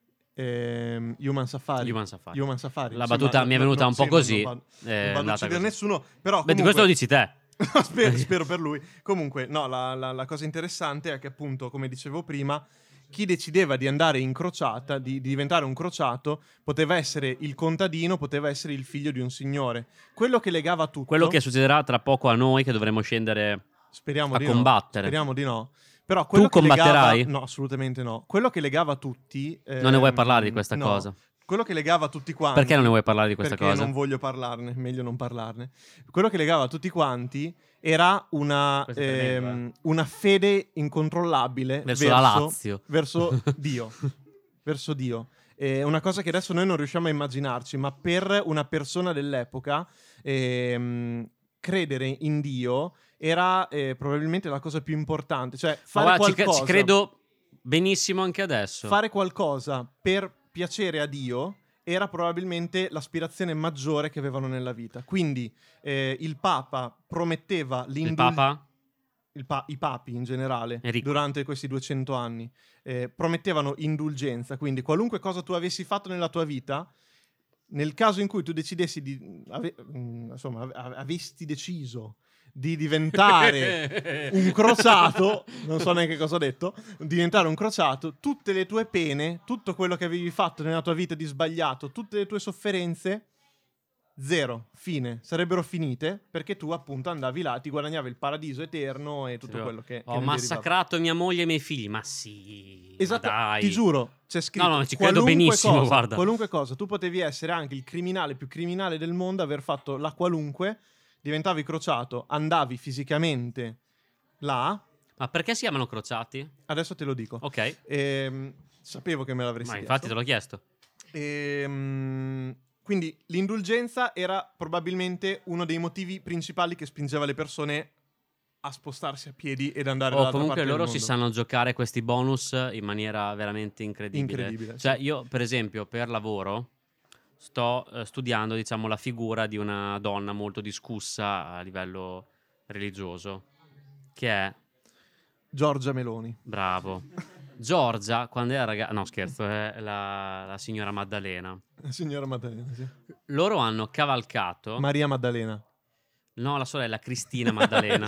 Human Safari. Human Safari. La Sì, battuta ma mi è venuta un po' così. Non è vado a andata uccidere così. nessuno, però Beh, di comunque... questo lo dici te. spero per lui. Comunque, no, la cosa interessante è che appunto, come dicevo prima, chi decideva di andare in crociata, di diventare un crociato, poteva essere il contadino, poteva essere il figlio di un signore. Quello che legava tutto... Quello che succederà tra poco a noi che dovremo scendere Speriamo a di combattere. No. Speriamo di no. Però quello Tu combatterai? Legava... No, assolutamente no. Quello che legava tutti... Non ne vuoi parlare di questa no. cosa? Quello che legava tutti quanti... Perché non ne vuoi parlare di questa perché cosa? non voglio parlarne, meglio non parlarne. Quello che legava tutti quanti era una fede incontrollabile Verso la Lazio. verso Dio. Verso Dio. Una cosa che adesso noi non riusciamo a immaginarci, ma per una persona dell'epoca credere in Dio era probabilmente la cosa più importante. Cioè fare qualcosa, ci credo benissimo anche adesso. fare qualcosa per piacere a Dio era probabilmente l'aspirazione maggiore che avevano nella vita. Quindi il Papa prometteva Il Papa? I papi in generale, Enrico. durante questi 200 anni, promettevano indulgenza. Quindi qualunque cosa tu avessi fatto nella tua vita, nel caso in cui tu decidessi avessi deciso di diventare un crociato, non so neanche cosa ho detto, diventare un crociato, tutte le tue pene, tutto quello che avevi fatto nella tua vita di sbagliato, tutte le tue sofferenze, zero, fine, sarebbero finite, perché tu appunto andavi là, ti guadagnavi il paradiso eterno e tutto quello che ho massacrato mia moglie e i miei figli, ma sì, esatto, ma dai. ti giuro, c'è scritto no, ci credo benissimo, guarda. Qualunque cosa, tu potevi essere anche il criminale più criminale del mondo, aver fatto la qualunque, diventavi crociato, andavi fisicamente là. Ma perché si chiamano crociati? Adesso te lo dico. Ok. Sapevo che me l'avresti Ma chiesto. infatti te l'ho chiesto. Quindi l'indulgenza era probabilmente uno dei motivi principali che spingeva le persone a spostarsi a piedi ed andare dall'altra parte comunque del loro mondo. si sanno giocare questi bonus in maniera veramente incredibile. Cioè sì. io per esempio per lavoro sto studiando, diciamo, la figura di una donna molto discussa a livello religioso, che è Giorgia Meloni. bravo. Giorgia, quando era ragazza, no scherzo, è la signora Maddalena. Signora Maddalena, sì. Loro hanno cavalcato. Maria Maddalena. No, la sorella Cristina Maddalena.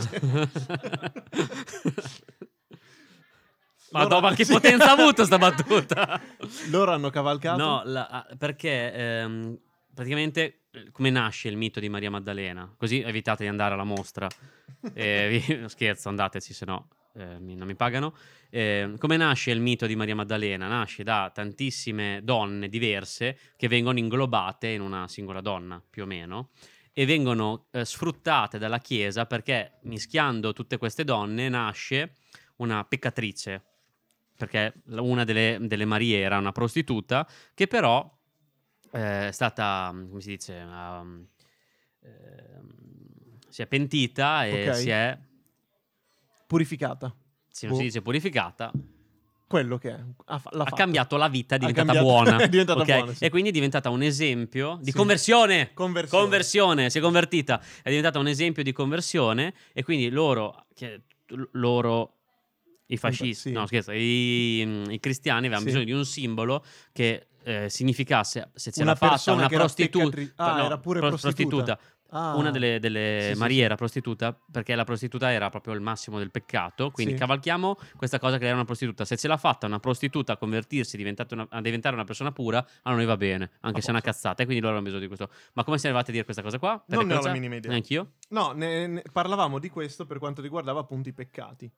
Ma dopo che potenza ha avuto sta battuta? Loro hanno cavalcato. No, perché praticamente come nasce il mito di Maria Maddalena? Così evitate di andare alla mostra. Scherzo, andateci, se no non mi pagano. Come nasce il mito di Maria Maddalena? Nasce da tantissime donne diverse che vengono inglobate in una singola donna, più o meno, e vengono sfruttate dalla Chiesa perché mischiando tutte queste donne nasce una peccatrice, perché una delle Marie era una prostituta che però è stata, come si dice, si è pentita e Ok. si è Purificata. non si dice purificata, Quello che è. ha cambiato la vita, è diventata cambiato- buona, è diventata ok? buona, sì. E quindi è diventata un esempio di Sì. conversione. Conversione. Si è convertita, è diventata un esempio di conversione e quindi loro i fascisti, Sì. no scherzo, i cristiani avevano Sì. bisogno di un simbolo che significasse, se ce Una l'ha fatta persona una che era prostituta, era pure prostituta. Ah. una delle Sì, sì, Marie sì. era prostituta, perché la prostituta era proprio il massimo del peccato, quindi Sì. cavalchiamo questa cosa che era una prostituta. Se ce l'ha fatta una prostituta a convertirsi, a diventare una persona pura, a noi va bene, anche se è una cazzata, e quindi loro hanno bisogno di questo. Ma come siete arrivati a dire questa cosa qua? Per Non ne ho la cosa? minima idea. Neanch'io? No, parlavamo di questo per quanto riguardava appunto i peccati.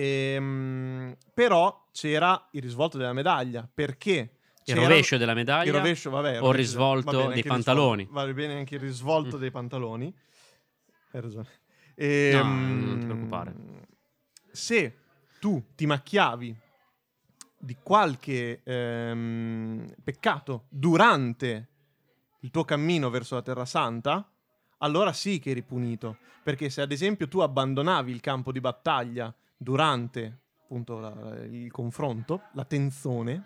Però c'era il risvolto della medaglia, perché Il rovescio della medaglia? il rovescio, vabbè, o il risvolto va bene dei anche il pantaloni? Va bene anche il risvolto dei pantaloni. Hai ragione. No, non ti preoccupare. Se tu ti macchiavi di qualche peccato durante il tuo cammino verso la Terra Santa, allora sì che eri punito. Perché se ad esempio tu abbandonavi il campo di battaglia durante appunto il confronto, la tensione,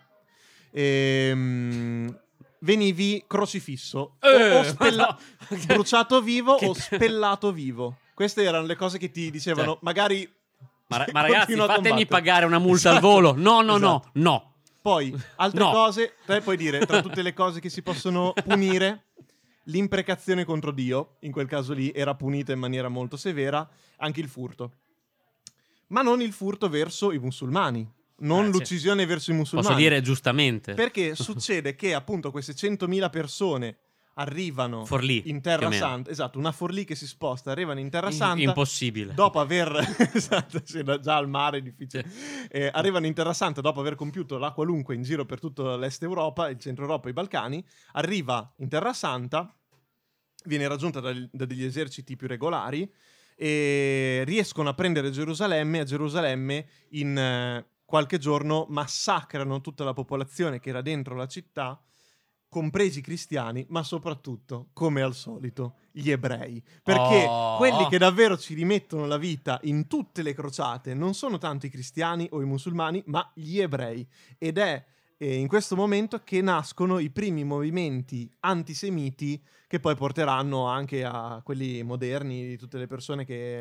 venivi crocifisso no. bruciato vivo o spellato vivo. Queste erano le cose che ti dicevano, Cioè, magari Ma ragazzi, continua a fatemi combattere. pagare una multa Esatto. al volo. No. Esatto. Poi altre No. cose, te puoi dire, tra tutte le cose che si possono punire, l'imprecazione contro Dio, in quel caso lì era punita in maniera molto severa, anche il furto. Ma non il furto verso i musulmani, non l'uccisione verso i musulmani. Posso dire giustamente. Perché succede che appunto queste 100.000 persone arrivano Forlì, in più Terra o meno. Santa, esatto, una Forlì che si sposta, arrivano in Terra Santa. Impossibile. Dopo aver esatto, sì, già al mare è difficile. Arrivano in Terra Santa dopo aver compiuto la qualunque in giro per tutto l'Est Europa, il Centro Europa e i Balcani, arriva in Terra Santa, viene raggiunta da degli eserciti più regolari e riescono a prendere Gerusalemme. A Gerusalemme in qualche giorno massacrano tutta la popolazione che era dentro la città, compresi i cristiani, ma soprattutto, come al solito, gli ebrei. Perché quelli che davvero ci rimettono la vita in tutte le crociate non sono tanto i cristiani o i musulmani, ma gli ebrei. Ed è in questo momento che nascono i primi movimenti antisemiti che poi porteranno anche a quelli moderni, di tutte le persone che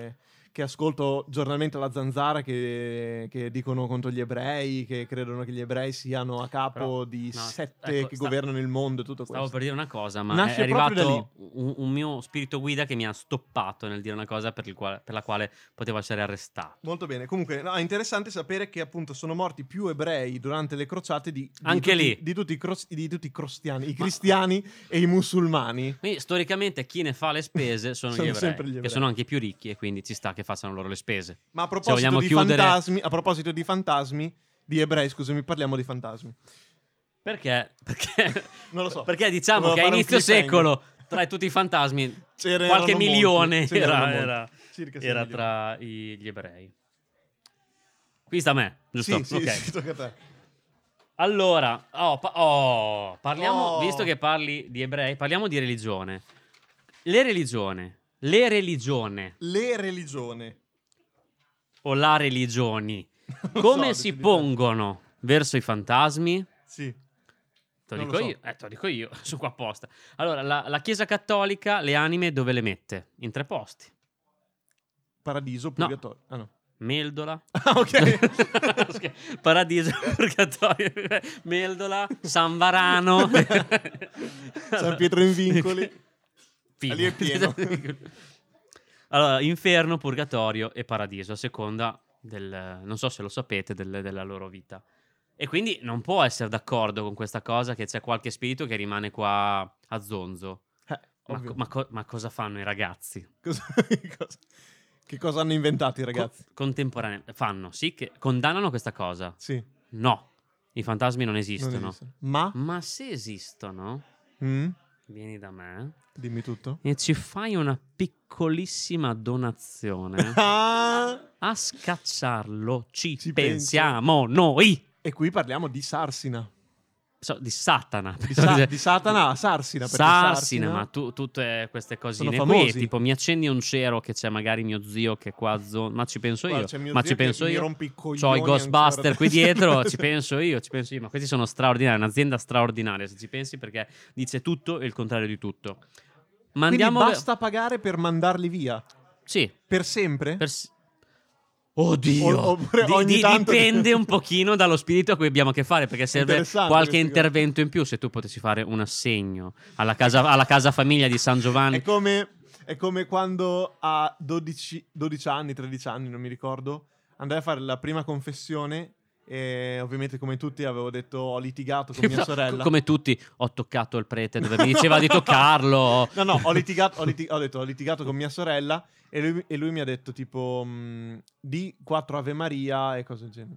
che ascolto giornalmente la Zanzara che dicono contro gli ebrei, che credono che gli ebrei siano a capo Però, di no, sette ecco, che governano il mondo e tutto Stavo questo. per dire una cosa, ma Nasce è proprio da arrivato un mio spirito guida che mi ha stoppato nel dire una cosa per la quale potevo essere arrestato. Molto bene. Comunque, no, è interessante sapere che appunto sono morti più ebrei durante le crociate Anche lì. di tutti i cristiani, i cristiani e i musulmani. Quindi storicamente chi ne fa le spese sono, Sono gli ebrei, sempre gli ebrei. che sono anche i più ricchi e quindi ci sta che facciano loro le spese. Ma a vogliamo proposito di fantasmi, di ebrei, scusami, parliamo di fantasmi. Perché? Non lo so. Perché diciamo Volevo che a fare un inizio cliffhanger. secolo, tra tutti i fantasmi, Ce qualche n'erano milione molti, ce n'erano molti. era Circa 6 era milioni. tra gli ebrei. Qui sta a me, giusto? Sì, Ok. sì, tocca a te. Allora, parliamo, Oh. visto che parli di ebrei, parliamo di religione. Le religioni Le religioni. o la religioni, Non come so, si decidi te. pongono verso i fantasmi? Sì. Te lo Non dico lo so. io, te lo dico io, sono qua apposta. Allora, la Chiesa Cattolica le anime dove le mette? In 3 posti. Paradiso, purgatorio. Ah no. Meldola. Ah, ok. Paradiso, Purgatorio, Meldola, San Varano, San Pietro in Vincoli. Fine. Lì è pieno. Allora, inferno, purgatorio e paradiso, a seconda del, non so se lo sapete, della loro vita. E quindi non può essere d'accordo con questa cosa che c'è qualche spirito che rimane qua a zonzo. Ovvio. Ma cosa fanno i ragazzi? Che cosa hanno inventato i ragazzi? Contemporaneamente fanno, sì, che condannano questa cosa. Sì, No, i fantasmi non non esistono. esistono. Ma? Ma se esistono, Mm? vieni da me Dimmi tutto. e ci fai una piccolissima donazione. Ah! A scacciarlo ci Ci pensiamo noi. E qui parliamo di Sarsina. Di Satana. Di Satana a Sarsina. Perché Sarsina, ma tutte queste cosine sono qui, famosi. tipo mi accendi un cero che c'è magari mio zio che qua ma ci penso io. Guarda, c'è mio Ma zio ci che penso mi io. rompe i C'ho i coglioni Ghostbuster ancora. qui dietro, ci penso io. Ma questi sono straordinari, un'azienda straordinaria se ci pensi, perché dice tutto e il contrario di tutto. Quindi basta pagare per mandarli via? Sì. Per sempre? Oddio, Oppure ogni tanto- dipende un pochino dallo spirito a cui abbiamo a che fare, perché serve Interessante qualche questa intervento in più. Se tu potessi fare un assegno alla casa famiglia di San Giovanni, È come quando a 12 anni, 13 anni, non mi ricordo, andai a fare la prima confessione e ovviamente come tutti avevo detto ho litigato con mia sorella. come tutti, ho toccato il prete dove mi diceva di toccarlo. No, ho litigato con mia sorella e lui mi ha detto tipo di 4 Ave Maria e cose del genere.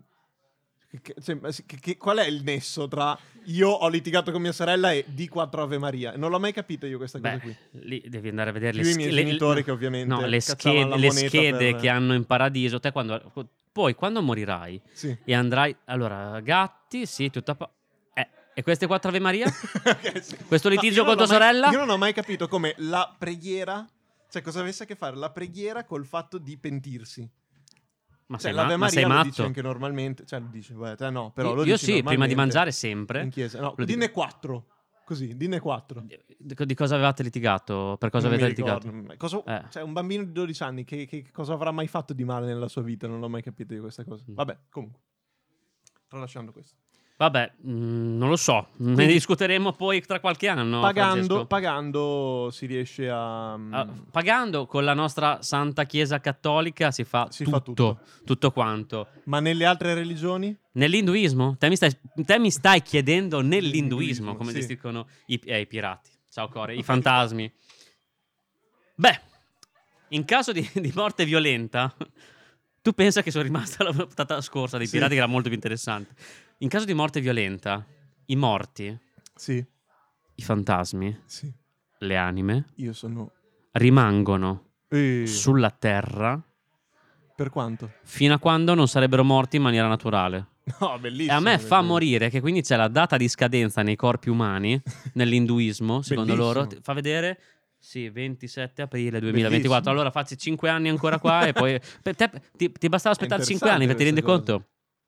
Qual è il nesso tra io ho litigato con mia sorella e di 4 Ave Maria? Non l'ho mai capito io questa cosa qui. Lì devi andare a vedere Più i miei genitori che ovviamente le cacciavano la moneta schede per- che hanno in paradiso. Te poi quando morirai Sì. e andrai, allora gatti, sì, e queste 4 Ave Maria? Ok, sì. Questo No, litigio io con non tua ho mai- sorella? Io non ho mai capito come la preghiera, cioè cosa avesse a che fare la preghiera col fatto di pentirsi. Ma Cioè sei, l'Ave ma sei Maria lo dice matto? anche normalmente, cioè lo dice, beh, te no, però lo Io dici sì, prima di normalmente mangiare sempre. in chiesa. No, Lo dico. dinne 4. Così, dinne 4. Di cosa avevate litigato? Per cosa Non avete mi ricordo. litigato? Cioè, un bambino di 12 anni che cosa avrà mai fatto di male nella sua vita? Non l'ho mai capito io questa cosa. Vabbè, comunque. Tralasciando questo. Vabbè, non lo so. Ne discuteremo poi tra qualche anno. Francesco. Pagando si riesce a... Pagando con la nostra Santa Chiesa Cattolica si fa tutto quanto. Ma nelle altre religioni? Nell'induismo? Te mi stai chiedendo nell'induismo, come sì. dicono i pirati. Ciao Core, i fantasmi. Beh, in caso di morte violenta, tu pensa che sono rimasta la puntata scorsa dei pirati che era molto più interessante. In caso di morte violenta, i morti, Sì. i fantasmi, Sì. le anime, Io sono... rimangono sulla terra Per quanto? fino a quando non sarebbero morti in maniera naturale. No, E bellissimo. a me fa morire che quindi c'è la data di scadenza nei corpi umani, nell'induismo, secondo Bellissimo. loro. Fa vedere? Sì, 27 aprile 2024. Bellissimo. Allora facci 5 anni ancora qua e poi... ti bastava aspettare 5 anni, interessante ti rendi questa conto?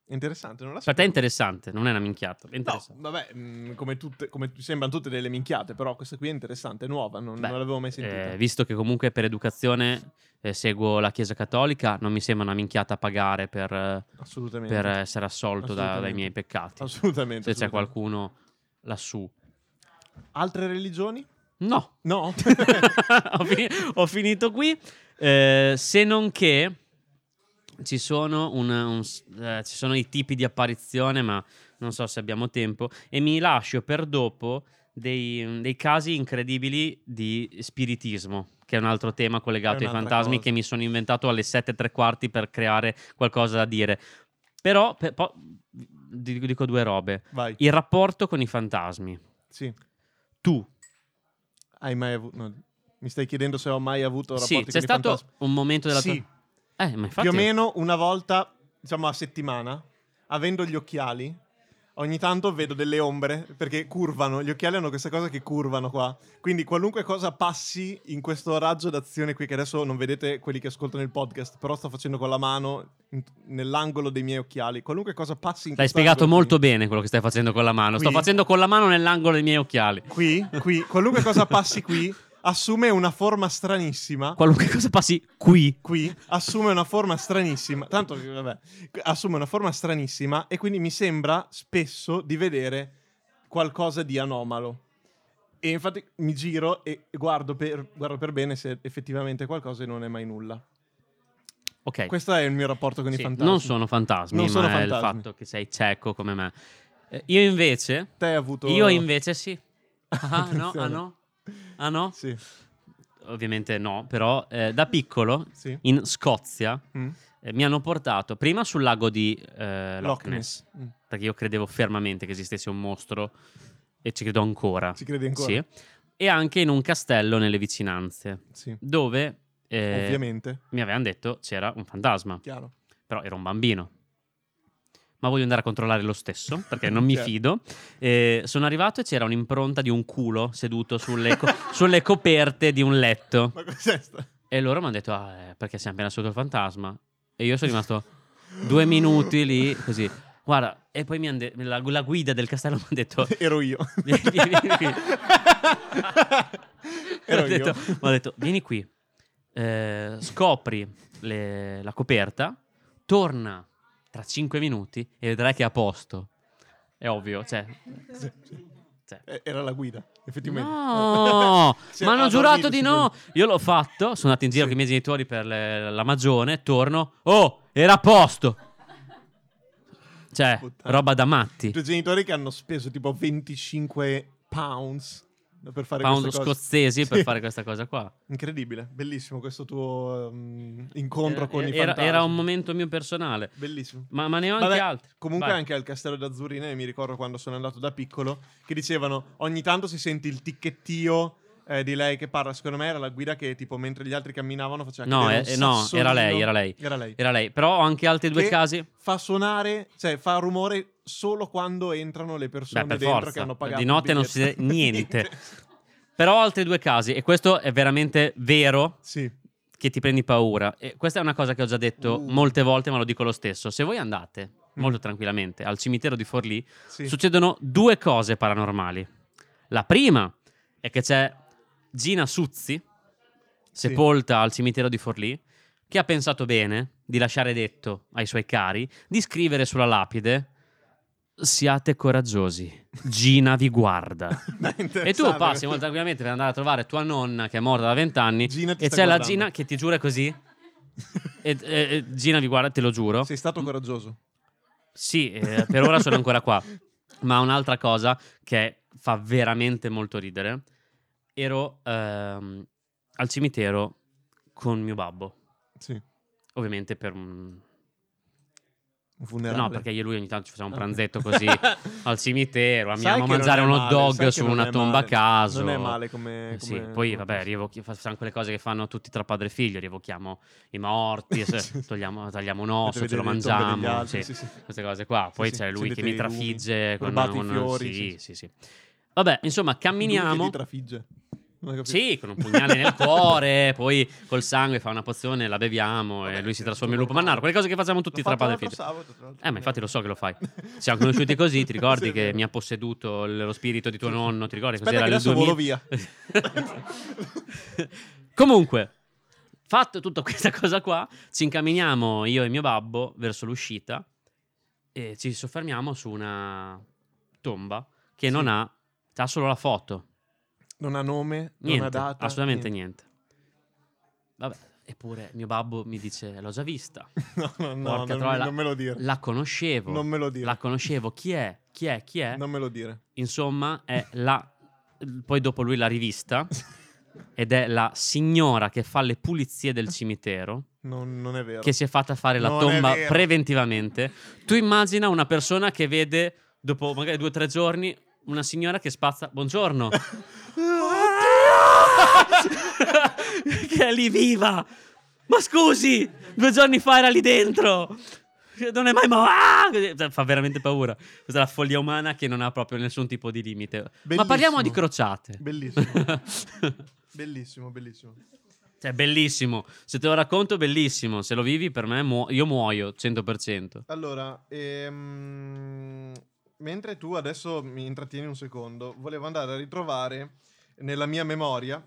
Interessante, non la Per te è sapevo. interessante, non è una minchiata. È No, interessante. vabbè, come sembrano tutte delle minchiate, però questa qui è interessante, è nuova, non Beh, l'avevo mai sentita. Visto che comunque per educazione seguo la Chiesa Cattolica, non mi sembra una minchiata pagare per Assolutamente. essere assolto dai Assolutamente. miei peccati. Assolutamente. Se c'è assolutamente. qualcuno lassù. Altre religioni? No, No? ho finito qui. Se non che ci sono, ci sono i tipi di apparizione, ma non so se abbiamo tempo. E mi lascio per dopo dei casi incredibili di spiritismo, che è un altro tema collegato ai un'altra fantasmi cosa. che mi sono inventato alle 7:15 per creare qualcosa da dire. Però dico due robe. Vai. Il rapporto con i fantasmi. Sì. Tu. Hai mai avuto... no, mi stai chiedendo se ho mai avuto rapporti Sì, con c'è i stato fantasmi? un momento della Sì. tua... ma infatti... Più o meno una volta, diciamo a settimana, avendo gli occhiali, ogni tanto vedo delle ombre, perché curvano, gli occhiali hanno questa cosa che curvano qua, quindi qualunque cosa passi in questo raggio d'azione qui, che adesso non vedete quelli che ascoltano il podcast, però sto facendo con la mano nell'angolo dei miei occhiali, qualunque cosa passi in L'hai questo spiegato angolo molto bene quello che stai facendo con la mano. Sto Qui? facendo con la mano nell'angolo dei miei occhiali. qui, qualunque cosa passi qui, assume una forma stranissima. Qualunque cosa passi qui. Qui assume una forma stranissima. Tanto, vabbè, assume una forma stranissima e quindi mi sembra spesso di vedere qualcosa di anomalo. E infatti mi giro e guardo per bene se effettivamente è qualcosa e non è mai nulla. Ok. Questo è il mio rapporto con i Sì, fantasmi. non sono fantasmi, Non ma sono è il fantasmi. fatto che sei cieco come me. Io invece... Te hai avuto... Io invece sì. Ah no, Attenzione. Ah no? Sì. Ovviamente no, però da piccolo Sì. in Scozia Mm. mi hanno portato prima sul lago di Loch Ness, Mm. perché io credevo fermamente che esistesse un mostro e ci credo ancora. Ci credi ancora? Sì. E anche in un castello nelle vicinanze, Sì. dove Ovviamente. mi avevano detto c'era un fantasma, Chiaro. però ero un bambino. Ma voglio andare a controllare lo stesso, perché non mi Certo. fido. Sono arrivato e c'era un'impronta di un culo seduto sulle coperte di un letto. Ma cos'è sta? E loro mi hanno detto, perché siamo appena sotto il fantasma. E io sono rimasto 2 minuti lì, così. Guarda, e poi la guida del castello mi ha detto... Ero io. Vieni qui. Ero Mi io. ha detto, vieni qui, scopri la coperta, torna tra 5 minuti e vedrai che è a posto. È ovvio, cioè... Era la guida, effettivamente. No, Sì, ma hanno ha giurato dormito di no. sicuro. Io l'ho fatto, sono andato in giro Sì. con i miei genitori per la magione, torno, oh, era a posto. Cioè, Puttana. roba da matti. I tuoi genitori che hanno speso tipo 25 pounds per fare Pound questa cosa. scozzesi per Sì. fare questa cosa qua. Incredibile, bellissimo questo tuo incontro con i Era fantasmi. un momento mio personale. Bellissimo. Ma ne ho anche Vabbè, altri. Comunque Vai. anche al Castello d'Azzurrine mi ricordo quando sono andato da piccolo che dicevano ogni tanto si sente il ticchettio di lei che parla. Secondo me era la guida che tipo mentre gli altri camminavano faceva No, cadere un no, sassolino. era lei. Era lei. Però ho anche altri due Che casi. fa suonare, cioè fa rumore solo quando entrano le persone Beh, per dentro forza. che hanno pagato Di il notte non si biglietto. vede niente. Però ho altri due casi, e questo è veramente vero, Sì. che ti prendi paura. E questa è una cosa che ho già detto molte volte, ma lo dico lo stesso. Se voi andate molto tranquillamente al cimitero di Forlì, Sì. succedono due cose paranormali. La prima è che c'è Gina Suzzi, sepolta al cimitero di Forlì, che ha pensato bene di lasciare detto ai suoi cari di scrivere sulla lapide: siate coraggiosi, Gina vi guarda. E tu passi molto tranquillamente per andare a trovare tua nonna che è morta da 20 anni Gina ti e sta c'è la guardando. Gina che ti giura così e Gina vi guarda, te lo giuro. Sei stato coraggioso. Sì, per ora sono ancora qua. Ma un'altra cosa che fa veramente molto ridere: ero al cimitero con mio babbo, Sì. ovviamente per un... Un funerale. No, perché io e lui ogni tanto ci facciamo un pranzetto così al cimitero, Sai amiamo che mangiare non è un hot male, dog sai che su non una è tomba a male. caso. Non è male come... Sì, poi vabbè, facciamo quelle cose che fanno tutti tra padre e figlio, rievochiamo i morti, togliamo un osso, Vedete ce lo le tombe degli mangiamo, altri, sì, sì. queste cose qua. Poi sì, c'è lui che accendete mi i lumi, trafigge con rubate i fiori, sì, sì. sì. Vabbè, insomma, Lui che camminiamo. ti trafigge. Non ho capito. Sì, con un pugnale nel cuore, poi col sangue fa una pozione, la beviamo Vabbè, e lui si sì, trasforma in tutto lupo mannaro. normale. Quelle cose che facciamo tutti L'ho tra fatto padre e l'altro figlio. sabato, tra l'altro. Ma infatti lo so che lo fai. Siamo conosciuti così, ti ricordi Sì, è che vero. mi ha posseduto lo spirito di tuo nonno, ti ricordi? Aspetta Cos'era che il adesso 2000? volo via. Comunque, fatto tutta questa cosa qua, ci incamminiamo io e mio babbo verso l'uscita e ci soffermiamo su una tomba che non ha solo la foto. Non ha nome, non Niente, ha data. assolutamente niente. Vabbè, eppure mio babbo mi dice: l'ho già vista. No, Porca non, troia, non me lo dire. la conoscevo. Non me lo dire. La conoscevo. Chi è? Chi è? Chi è? Non me lo dire. Insomma, è la. Poi dopo lui l'ha rivista. Ed è la signora che fa le pulizie del cimitero. Non è vero. Che si è fatta fare la Non tomba è vero. preventivamente. Tu immagina una persona che vede, dopo magari 2 o 3 giorni, una signora che spazza: buongiorno. Che è lì viva. Ma scusi, 2 giorni fa era lì dentro. Non è mai fa veramente paura. Questa è la follia umana che non ha proprio nessun tipo di limite. Bellissimo. Ma parliamo di crociate. Bellissimo. Bellissimo, bellissimo. Cioè, bellissimo. Se te lo racconto, bellissimo. Se lo vivi, per me io muoio 100%. Allora, mentre tu adesso mi intrattieni un secondo, volevo andare a ritrovare nella mia memoria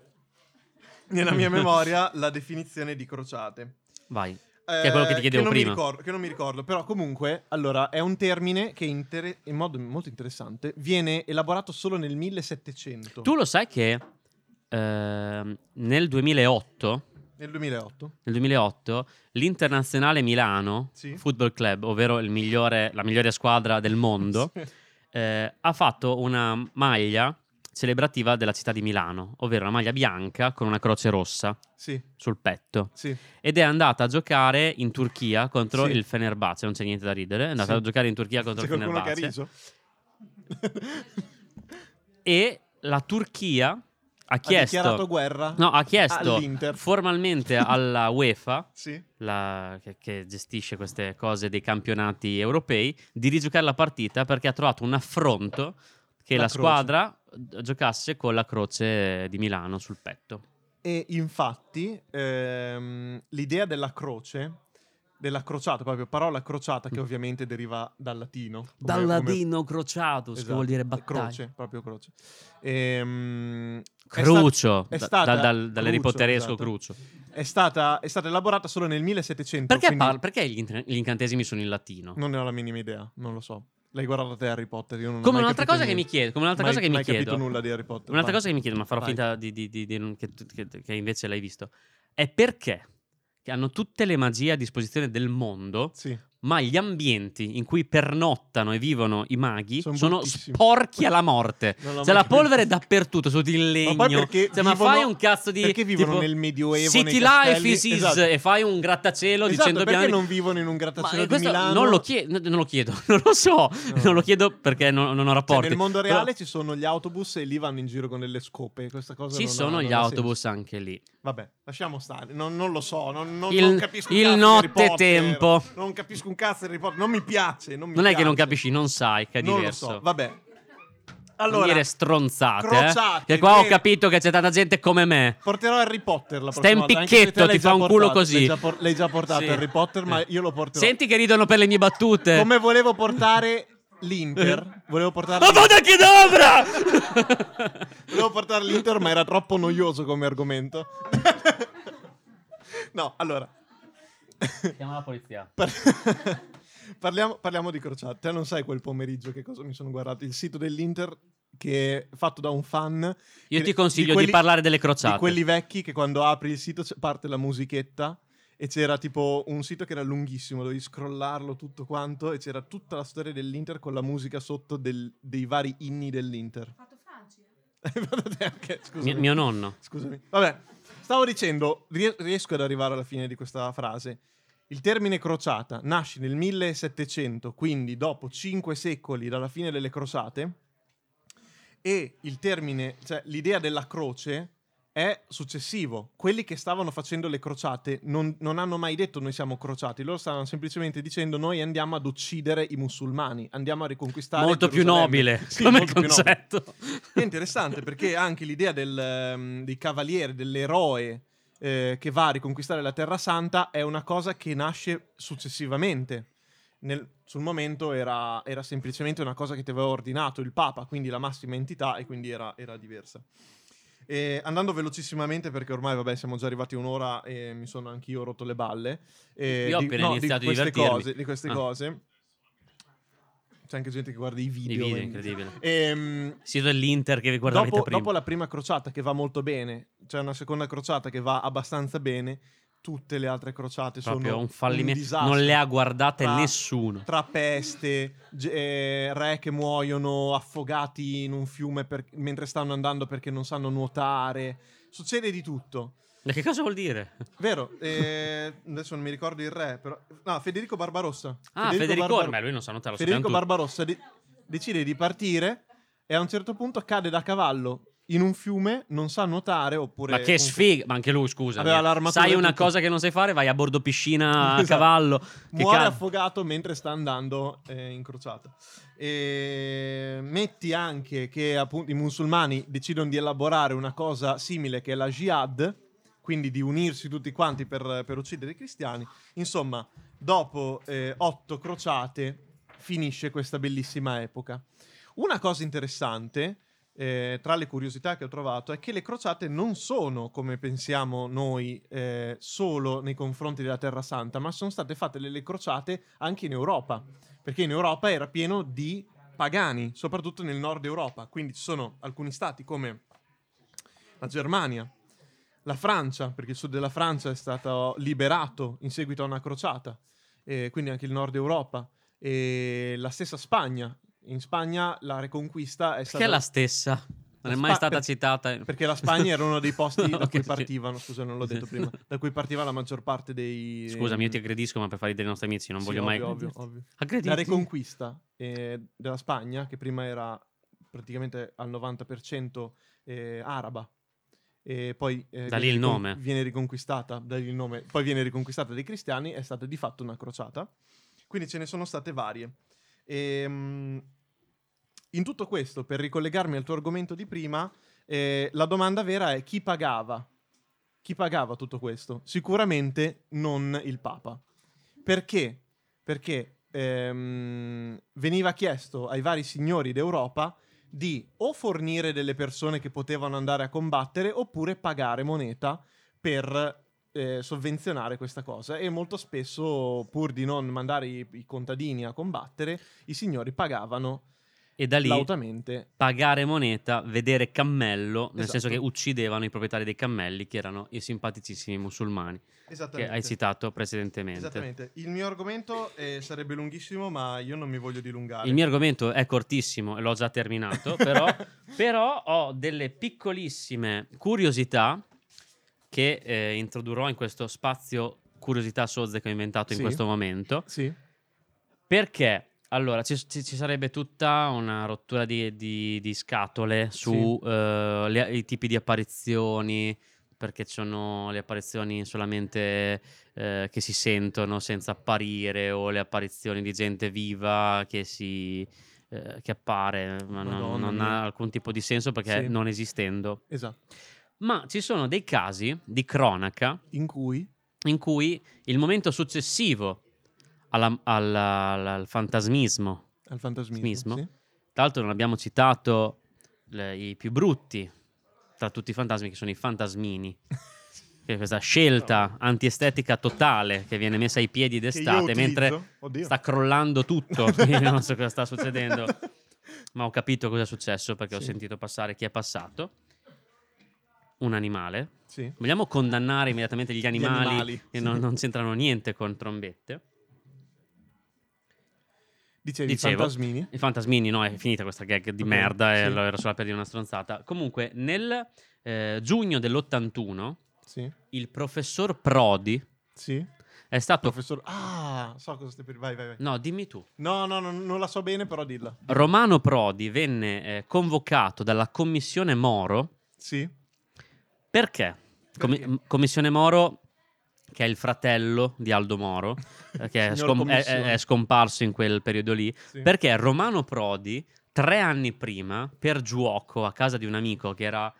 la definizione di crociate. Vai. Che è quello che ti chiedevo prima. Che non mi ricordo, però comunque, allora, è un termine che in modo molto interessante viene elaborato solo nel 1700. Tu lo sai che nel 2008 Nel 2008? Nel 2008 l'Internazionale Milano Sì. Football Club, ovvero la migliore squadra del mondo, Sì. ha fatto una maglia celebrativa della città di Milano, ovvero una maglia bianca con una croce rossa Sì, sul petto. sì. Ed è andata a giocare in Turchia contro Sì. il Fenerbahce, non c'è niente da ridere, è andata Sì. a giocare in Turchia contro C'è il qualcuno che ha Fenerbahce. riso? E la Turchia ha Ha chiesto dichiarato guerra? No, ha chiesto all'Inter. formalmente alla UEFA, Sì. che gestisce queste cose dei campionati europei, di rigiocare la partita perché ha trovato un affronto che La la croce. squadra giocasse con la croce di Milano sul petto. E infatti l'idea della croce, della crociata, proprio parola crociata, che ovviamente deriva dal latino. Dal come- latino crociatus, che esatto, vuol dire battaglia. croce, proprio croce. Crucio, è stata- dall'Harry crucio, Potteresco esatto. crucio. È stata elaborata solo nel 1700. Perché, quindi perché gli incantesimi sono in latino? non ne ho la minima idea, non lo so. L'hai guardato te Harry Potter? Io non ho Come mai un'altra capito cosa che mi niente. chiedo, come un'altra Mai- cosa che mi mai chiedo. capito nulla di Harry Potter. Un'altra vai. cosa che mi chiedo, ma farò Vai. finta che invece l'hai visto, è perché che hanno tutte le magie a disposizione del mondo, Sì. ma gli ambienti in cui pernottano e vivono i maghi Sono sono bruttissimi. sporchi alla morte. Non l'ho C'è mai la capito. polvere dappertutto, sotto il legno. Ma poi perché Cioè, ma vivono- fai un cazzo di... perché vivono tipo, nel Medioevo, City nei castelli? Life is Esatto. e fai un grattacielo Esatto, dicendo perché piano... non vivono in un grattacielo Ma di questo Milano? non lo chiedo, non lo so, non lo chiedo perché non ho Cioè, rapporti. nel mondo Però reale ci sono gli autobus e lì vanno in giro con delle scope. Questa cosa ci non ha- sono non gli ha autobus senso. anche lì. Vabbè, lasciamo stare. Non lo so. Non Il- capisco il un cazzo di Harry Potter. nottetempo. Non capisco un cazzo di Harry Potter. Non mi piace. Non Non è che non capisci, non sai che è Non diverso. lo so. Vabbè. Non Allora, dire stronzate, crociate, che qua ho che- capito che c'è tanta gente come me. porterò Harry Potter la Sta prossima in volta, anche se picchetto, te l'hai ti fa già un culo portato. così. L'hai già portato Sì. Harry Potter, ma io lo porterò. Senti che ridono per le mie battute. Come volevo portare l'Inter. Volevo portare Ma vada che d'obra! Volevo portare l'Inter, ma era troppo noioso come argomento. No, allora. Chiama la polizia. Parliamo di crociate. Te non sai quel pomeriggio che cosa mi sono guardato. Il sito dell'Inter che è fatto da un fan. Io che- ti consiglio quelli- di parlare delle crociate. Di quelli vecchi che quando apri il sito parte la musichetta e c'era tipo un sito che era lunghissimo, dovevi scrollarlo tutto quanto e c'era tutta la storia dell'Inter con la musica sotto dei vari inni dell'Inter. Fatto Franci. Guardate anche, scusami. Mio nonno. Scusami. Vabbè, stavo dicendo, riesco ad arrivare alla fine di questa frase. Il termine crociata nasce nel 1700, quindi dopo 5 secoli dalla fine delle crociate, e il termine, cioè l'idea della croce è successivo. Quelli che stavano facendo le crociate non hanno mai detto noi siamo crociati, loro stavano semplicemente dicendo noi andiamo ad uccidere i musulmani, andiamo a riconquistare molto più Gerusalemme. nobile Sì, come molto più nobile. concetto. È interessante perché anche l'idea dei cavalieri, dell'eroe che va a riconquistare la Terra Santa è una cosa che nasce successivamente. Sul momento era semplicemente una cosa che ti aveva ordinato il Papa, quindi la massima entità, e quindi era diversa. Andando velocissimamente perché ormai vabbè siamo già arrivati a un'ora e mi sono anch'io rotto le balle Io ho appena iniziato a divertirmi. di queste cose. C'è anche gente che guarda i video. Incredibile. Sito dell'Inter che vi guardavete prima. Dopo la prima crociata che va molto bene, c'è una seconda crociata che va abbastanza bene, tutte le altre crociate proprio sono un fallimento. un disastro. Non le ha guardate nessuno. Tra peste, re che muoiono affogati in un fiume mentre stanno andando perché non sanno nuotare. Succede di tutto. Ma che cosa vuol dire? Vero, adesso non mi ricordo il re, però... No, Federico Barbarossa. Federico ma lui non sa nuotare, lo Federico sappiamo Barbarossa decide di partire e a un certo punto cade da cavallo in un fiume, non sa nuotare oppure... Ma che sfiga! Ma anche lui, scusa. Sai una tutto. cosa che non sai fare? Vai a bordo piscina a Esatto. cavallo. Muore affogato mentre sta andando in crociata. Metti anche che appunto i musulmani decidono di elaborare una cosa simile che è la jihad, quindi di unirsi tutti quanti per uccidere i cristiani. Insomma, dopo 8 crociate finisce questa bellissima epoca. Una cosa interessante, tra le curiosità che ho trovato, è che le crociate non sono, come pensiamo noi, solo nei confronti della Terra Santa, ma sono state fatte le crociate anche in Europa, perché in Europa era pieno di pagani, soprattutto nel nord Europa. Quindi ci sono alcuni stati come la Germania, la Francia, perché il sud della Francia è stato liberato in seguito a una crociata, quindi anche il nord Europa, e la stessa Spagna. In Spagna la Reconquista è stata... Che è la stessa? Non è mai stata citata. Perché la Spagna era uno dei posti da cui sì. partivano, scusa non l'ho detto prima, da cui partiva la maggior parte dei... Scusami, io ti aggredisco, ma per fare dei nostri amici non voglio mai... Ovvio. La Reconquista della Spagna, che prima era praticamente al 90% araba, e poi da lì il nome. Viene riconquistata, da lì il nome, poi viene riconquistata dai cristiani, è stata di fatto una crociata. Quindi ce ne sono state varie. In tutto questo, per ricollegarmi al tuo argomento di prima, la domanda vera è chi pagava? Chi pagava tutto questo? Sicuramente non il Papa. Perché? Perché veniva chiesto ai vari signori d'Europa di o fornire delle persone che potevano andare a combattere oppure pagare moneta per sovvenzionare questa cosa, e molto spesso, pur di non mandare i contadini a combattere, i signori pagavano. E da lì lautamente pagare moneta, vedere cammello, nel esatto. senso che uccidevano i proprietari dei cammelli, che erano i simpaticissimi musulmani che hai citato precedentemente. Esattamente. Il mio argomento sarebbe lunghissimo, ma io non mi voglio dilungare. Il mio argomento è cortissimo e l'ho già terminato, però ho delle piccolissime curiosità che introdurrò in questo spazio curiosità sozze che ho inventato in questo momento. Sì. Perché allora ci sarebbe tutta una rottura di scatole su i tipi di apparizioni, perché ci sono le apparizioni solamente che si sentono senza apparire, o le apparizioni di gente viva che appare, ma non ha alcun tipo di senso perché non esistendo. Esatto. Ma ci sono dei casi di cronaca in cui il momento successivo al fantasmismo. Al fantasmismo, sì. Tra l'altro non abbiamo citato i più brutti tra tutti i fantasmi, che sono i fantasmini. Che è questa scelta antiestetica totale che viene messa ai piedi d'estate mentre sta crollando tutto. Io non so cosa sta succedendo, ma ho capito cosa è successo perché ho sentito passare chi è passato. Un animale. Sì. Vogliamo condannare immediatamente gli animali che non c'entrano niente con trombette. Dicevo, fantasmini? I fantasmini, no, è finita questa gag di merda, e era solo per dire una stronzata. Comunque, nel giugno dell'81, il professor Prodi è stato... so cosa stai per... Vai. No, dimmi tu. No, non la so bene, però dilla. Romano Prodi venne convocato dalla commissione Moro Perché? Commissione Moro, che è il fratello di Aldo Moro, che è scomparso in quel periodo lì, Sì. perché Romano Prodi, 3 anni prima, per giuoco a casa di un amico che era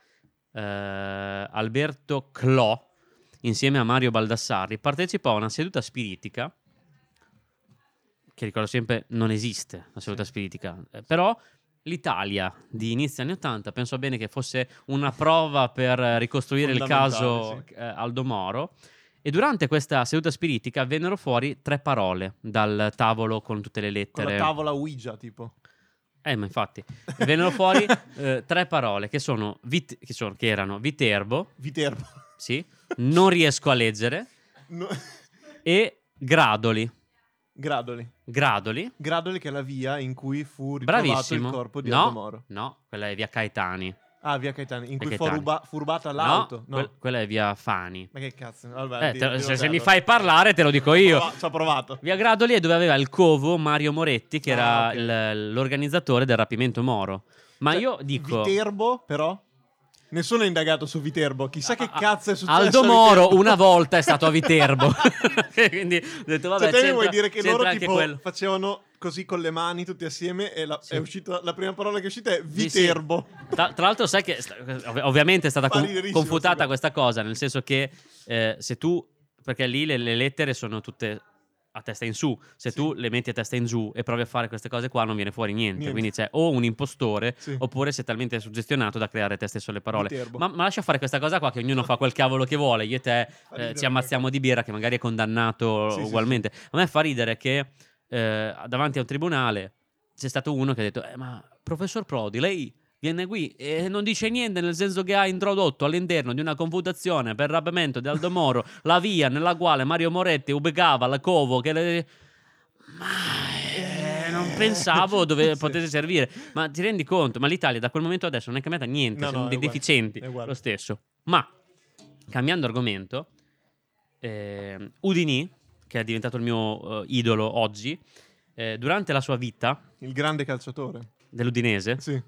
Alberto Clò, insieme a Mario Baldassarri, partecipò a una seduta spiritica, che ricordo sempre non esiste, la seduta spiritica, però l'Italia di inizio anni 80 pensò bene che fosse una prova per ricostruire il caso Aldo Moro, e durante questa seduta spiritica vennero fuori 3 parole dal tavolo con tutte le lettere. Con la tavola Ouija, tipo. Ma infatti vennero fuori 3 parole che erano Viterbo, sì, non riesco a leggere, No. e Gradoli. Gradoli, che è la via in cui fu ritrovato Bravissimo. il corpo di Aldo Moro. No, quella è via Caetani. Ah, via Caetani, in Via cui Caetani. fu rubata l'auto. No, quella è via Fani. Ma che cazzo? Vabbè, Se mi fai parlare te lo dico io. Ci ho provato. Via Gradoli è dove aveva il covo Mario Moretti, che era ok. l'organizzatore del rapimento Moro. Ma Cioè, io dico... Viterbo, però? Nessuno ha indagato su Viterbo. Chissà che cazzo è successo Aldo a Moro Viterbo. una volta è stato a Viterbo. Quindi ho detto, vabbè, Cioè, te mi c'entra- vuoi dire che c'entra loro anche tipo quello. facevano così con le mani tutti assieme e Sì. è uscita la prima parola che è uscita è Sì, sì. Viterbo. Tra l'altro sai che ovviamente è stata Fa riderissimo, confutata sì. questa cosa, nel senso che se tu, perché lì le lettere sono tutte a testa in su, se Sì. tu le metti a testa in giù e provi a fare queste cose qua non viene fuori niente. Quindi c'è Niente. o un impostore Sì. oppure sei talmente suggestionato da creare te stesso le parole. Viterbo. Ma lascia fare questa cosa qua, che ognuno fa quel cavolo che vuole. Io e te ridere ci ammazziamo di birra, che magari è condannato Sì, sì, ugualmente. A me fa ridere che davanti a un tribunale c'è stato uno che ha detto ma professor Prodi, lei viene qui e non dice niente, nel senso che ha introdotto all'interno di una confutazione per rapimento di Aldo Moro la via nella quale Mario Moretti ubicava la covo che non pensavo dove Sì. potesse servire. Ma ti rendi conto? Ma l'Italia da quel momento adesso non è cambiata niente, No, sono no, dei è uguale, deficienti è uguale. lo stesso. Ma cambiando argomento, Udinì, che è diventato il mio idolo oggi, durante la sua vita Il grande calciatore. dell'Udinese, Sì.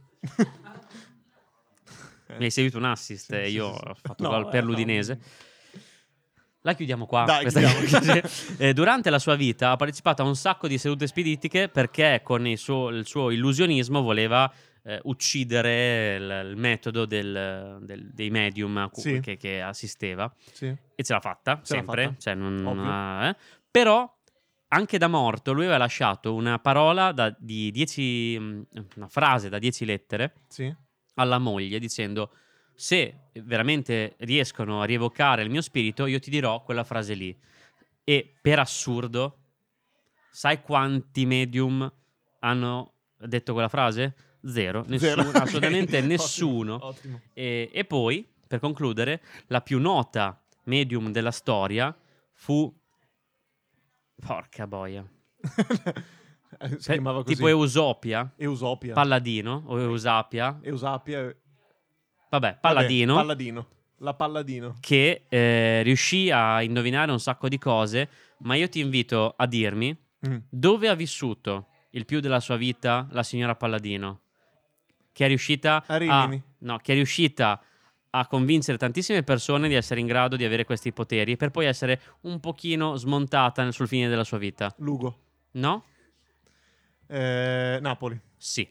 mi hai seguito un assist Sì, e sì, io sì, sì. ho fatto No, gol per no. l'Udinese. La chiudiamo qua. Dai, questa chiudiamo. Durante la sua vita ha partecipato a un sacco di sedute spiritiche perché con il suo illusionismo voleva uccidere il metodo dei medium Sì. che assisteva, Sì. e ce l'ha fatta Ce l'ha sempre. fatta. Cioè, Ovvio. però anche da morto lui aveva lasciato una parola una frase da 10 lettere Sì. alla moglie dicendo: se veramente riescono a rievocare il mio spirito io ti dirò quella frase lì. E per assurdo, sai quanti medium hanno detto quella frase? Zero. Nessuno, Zero. assolutamente Ok. nessuno. Ottimo. E poi, per concludere, la più nota medium della storia fu... Porca boia. Si chiamava così. Tipo Eusopia, Eusopia. Palladino o Eusapia. Eusapia. Vabbè, Palladino. Vabbè, Palladino. La Palladino. Che riuscì a indovinare un sacco di cose, ma io ti invito a dirmi dove ha vissuto il più della sua vita la signora Palladino, che è riuscita A Rimini. che è riuscita a convincere tantissime persone di essere in grado di avere questi poteri, per poi essere un pochino smontata sul fine della sua vita. Lugo. No? Napoli. Sì.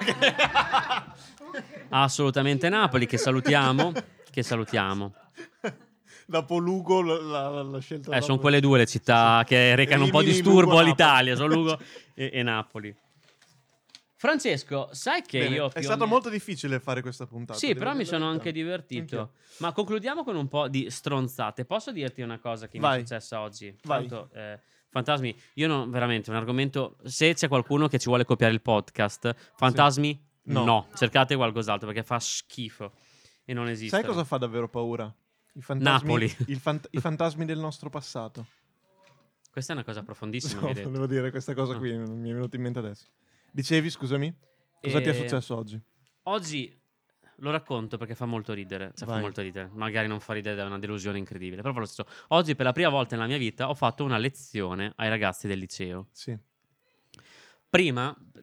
Assolutamente Napoli, che salutiamo. Che salutiamo. Dopo Lugo la scelta. Sono quelle due le città che recano un po' di Rimini, disturbo Lugo, all'Italia, sono Lugo e Napoli. Francesco, sai che Bene, io è stato molto difficile fare questa puntata. Sì, devo però mi dire la sono verità. anche divertito. Anch'io. Ma concludiamo con un po' di stronzate. Posso dirti una cosa che mi è Vai. successa oggi? Vai. Tanto, fantasmi, io non veramente un argomento. Se c'è qualcuno che ci vuole copiare il podcast, fantasmi, No. no. Cercate qualcos'altro perché fa schifo e non esiste. Sai cosa fa davvero paura? I fantasmi, Napoli. I fantasmi del nostro passato. Questa è una cosa profondissima. No, mi hai detto. volevo dire questa cosa Ah. qui, mi è venuto in mente adesso. Dicevi, scusami? Cosa ti è successo oggi? Oggi lo racconto perché fa molto ridere. Cioè, fa Vai. molto ridere. Magari non fa ridere, da una delusione incredibile. Però lo stesso. Oggi, per la prima volta nella mia vita, ho fatto una lezione ai ragazzi del liceo. Sì. Prima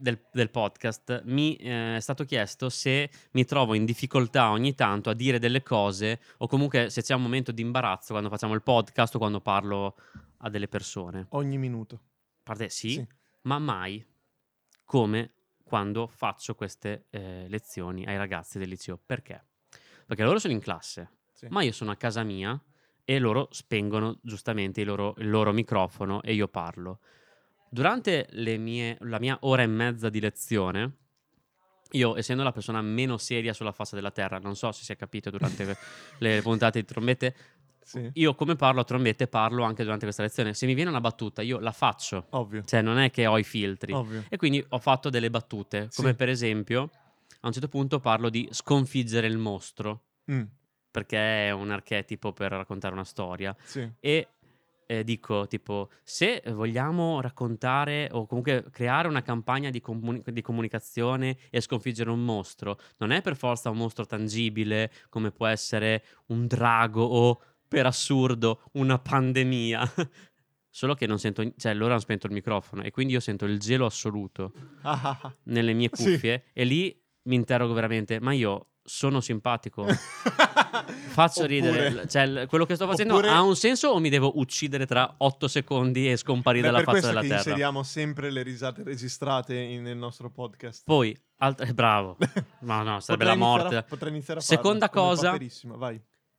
del podcast mi è stato chiesto se mi trovo in difficoltà ogni tanto a dire delle cose, o comunque se c'è un momento di imbarazzo quando facciamo il podcast o quando parlo a delle persone. Ogni minuto. A parte sì, ma mai come quando faccio queste lezioni ai ragazzi del liceo. Perché? Perché loro sono in classe, ma io sono a casa mia e loro spengono giustamente il loro microfono e io parlo. Durante la mia ora e mezza di lezione, io, essendo la persona meno seria sulla faccia della terra, non so se si è capito durante le puntate di trombette, io come parlo a trombette parlo anche durante questa lezione. Se mi viene una battuta io la faccio. Ovvio. Cioè non è che ho i filtri. Ovvio. E quindi ho fatto delle battute, come per esempio a un certo punto parlo di sconfiggere il mostro, perché è un archetipo per raccontare una storia. E dico tipo, se vogliamo raccontare o comunque creare una campagna di comunicazione e sconfiggere un mostro, non è per forza un mostro tangibile come può essere un drago o, per assurdo, una pandemia. Solo che non sento, cioè loro hanno spento il microfono e quindi io sento il gelo assoluto nelle mie cuffie e lì mi interrogo veramente, ma io sono simpatico? Faccio ridere? Cioè, quello che sto facendo ha un senso o mi devo uccidere tra 8 secondi e scomparire dalla faccia della terra? Per questo che inseriamo sempre le risate registrate nel nostro podcast. Poi, bravo. No, sarebbe la morte. Potrei iniziare a farlo. Seconda cosa, vai.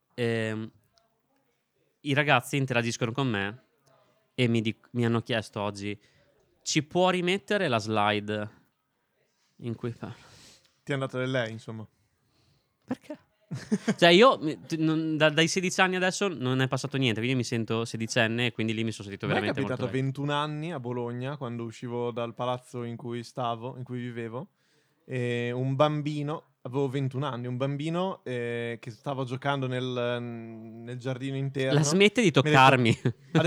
I ragazzi interagiscono con me e mi hanno chiesto oggi, ci può rimettere la slide in cui parlo? Ti è andata da lei, insomma. Perché? Cioè io dai 16 anni adesso non è passato niente, quindi mi sento sedicenne e quindi lì mi sono sentito veramente molto molto. Mi è capitato 21 anni a Bologna, quando uscivo dal palazzo in cui vivevo, e un bambino, avevo 21 anni, un bambino che stava giocando nel giardino interno. La smette di toccarmi.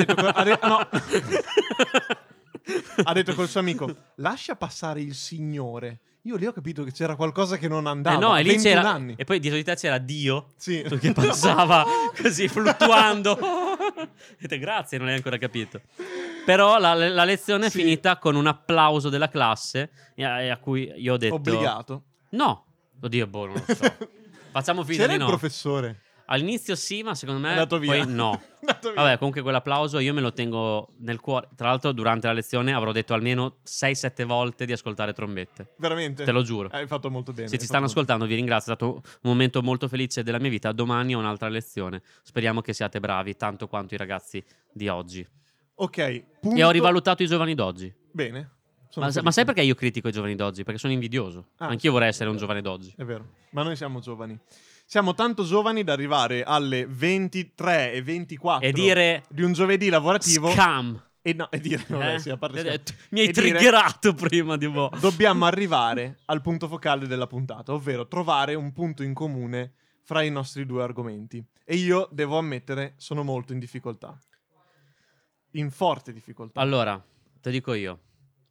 Ha detto col suo amico, lascia passare il signore. Io lì ho capito che c'era qualcosa che non andava. No, e lì 21 c'era anni. E poi dietro di te c'era Dio che Sì. passava così fluttuando. E grazie, non l'hai ancora capito. Però la lezione è finita con un applauso della classe a cui io ho detto Obbligato. No. Oddio, non lo so. Facciamo finta C'era di il no. professore. All'inizio sì, ma secondo me È andato via. poi no. Andato via. Vabbè, comunque quell'applauso io me lo tengo nel cuore. Tra l'altro durante la lezione avrò detto almeno 6-7 volte di ascoltare trombette. Veramente? Te lo giuro. Hai fatto molto bene. Se ci stanno ascoltando vi ringrazio, è stato un momento molto felice della mia vita. Domani ho un'altra lezione. Speriamo che siate bravi tanto quanto i ragazzi di oggi. Ok, punto. E ho rivalutato i giovani d'oggi. Bene. Ma sai perché io critico i giovani d'oggi? Perché sono invidioso. Anch'io vorrei essere un giovane d'oggi. È vero, ma noi siamo giovani. Siamo tanto giovani da arrivare alle 23 e 24 e dire di un giovedì lavorativo. Scam. E dire, vabbè, sì, a parte scam. Mi hai triggerato prima di mo'. Dobbiamo arrivare al punto focale della puntata, ovvero trovare un punto in comune fra i nostri due argomenti. E io, devo ammettere, sono molto in difficoltà. In forte difficoltà. Allora, te dico io.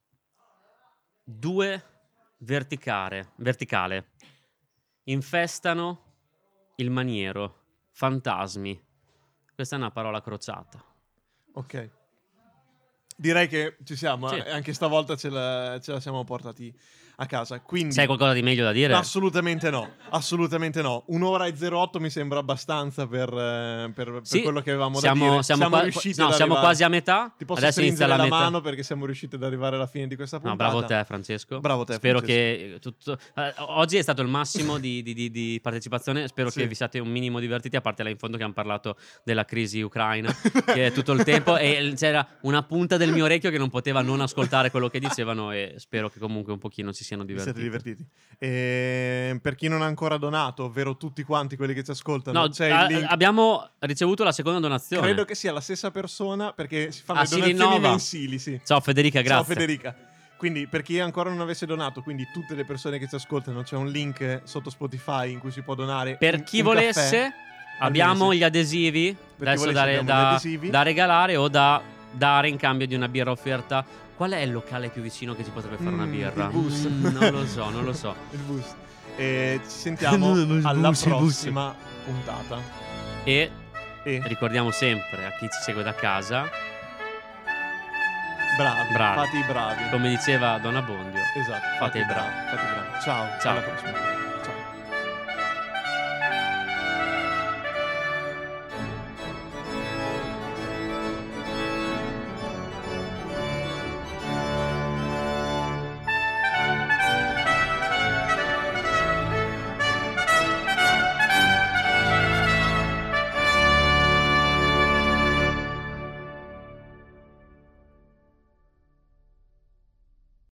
2 verticale infestano il maniero, fantasmi. Questa è una parola crociata. Ok. Direi che ci siamo, Sì. Anche stavolta ce la siamo portati a casa. Quindi C'hai qualcosa di meglio da dire? Assolutamente no, assolutamente no. 1 ora e 08 mi sembra abbastanza per Sì, quello che avevamo da dire. Siamo riusciti ad siamo arrivare. quasi a metà. Ti posso Adesso inizia stringere la la metà. mano perché siamo riusciti ad arrivare alla fine di questa puntata. No, bravo te, Francesco. Bravo te, Spero Francesco. che oggi è stato il massimo di partecipazione. Spero Sì. che vi siate un minimo divertiti, a parte là in fondo che hanno parlato della crisi ucraina, che è tutto il tempo, e c'era una punta del mio orecchio che non poteva non ascoltare quello che dicevano, e spero che comunque un pochino ci siano Vi divertiti. siete divertiti. E per chi non ha ancora donato, ovvero tutti quanti quelli che ci ascoltano, No, c'è il link. abbiamo ricevuto la seconda donazione. Credo che sia la stessa persona perché si fanno le si donazioni rinnova. mensili, sì. Ciao Federica, grazie. Ciao Federica. Quindi per chi ancora non avesse donato, quindi tutte le persone che ci ascoltano, c'è un link sotto Spotify in cui si può donare. Per chi un volesse, caffè al abbiamo mese. gli adesivi Per chi adesso volesse abbiamo gli adesivi. da regalare o da dare in cambio di una birra offerta. Qual è il locale più vicino che ci potrebbe fare una birra? Il bus. Non lo so. Il bus. E ci sentiamo alla prossima puntata. E E ricordiamo sempre a chi ci segue da casa, bravi, Bravi. fate i bravi. come diceva Don Abbondio, Esatto, Fate i bravi. Fate i bravi. Ciao. Ciao. Alla prossima.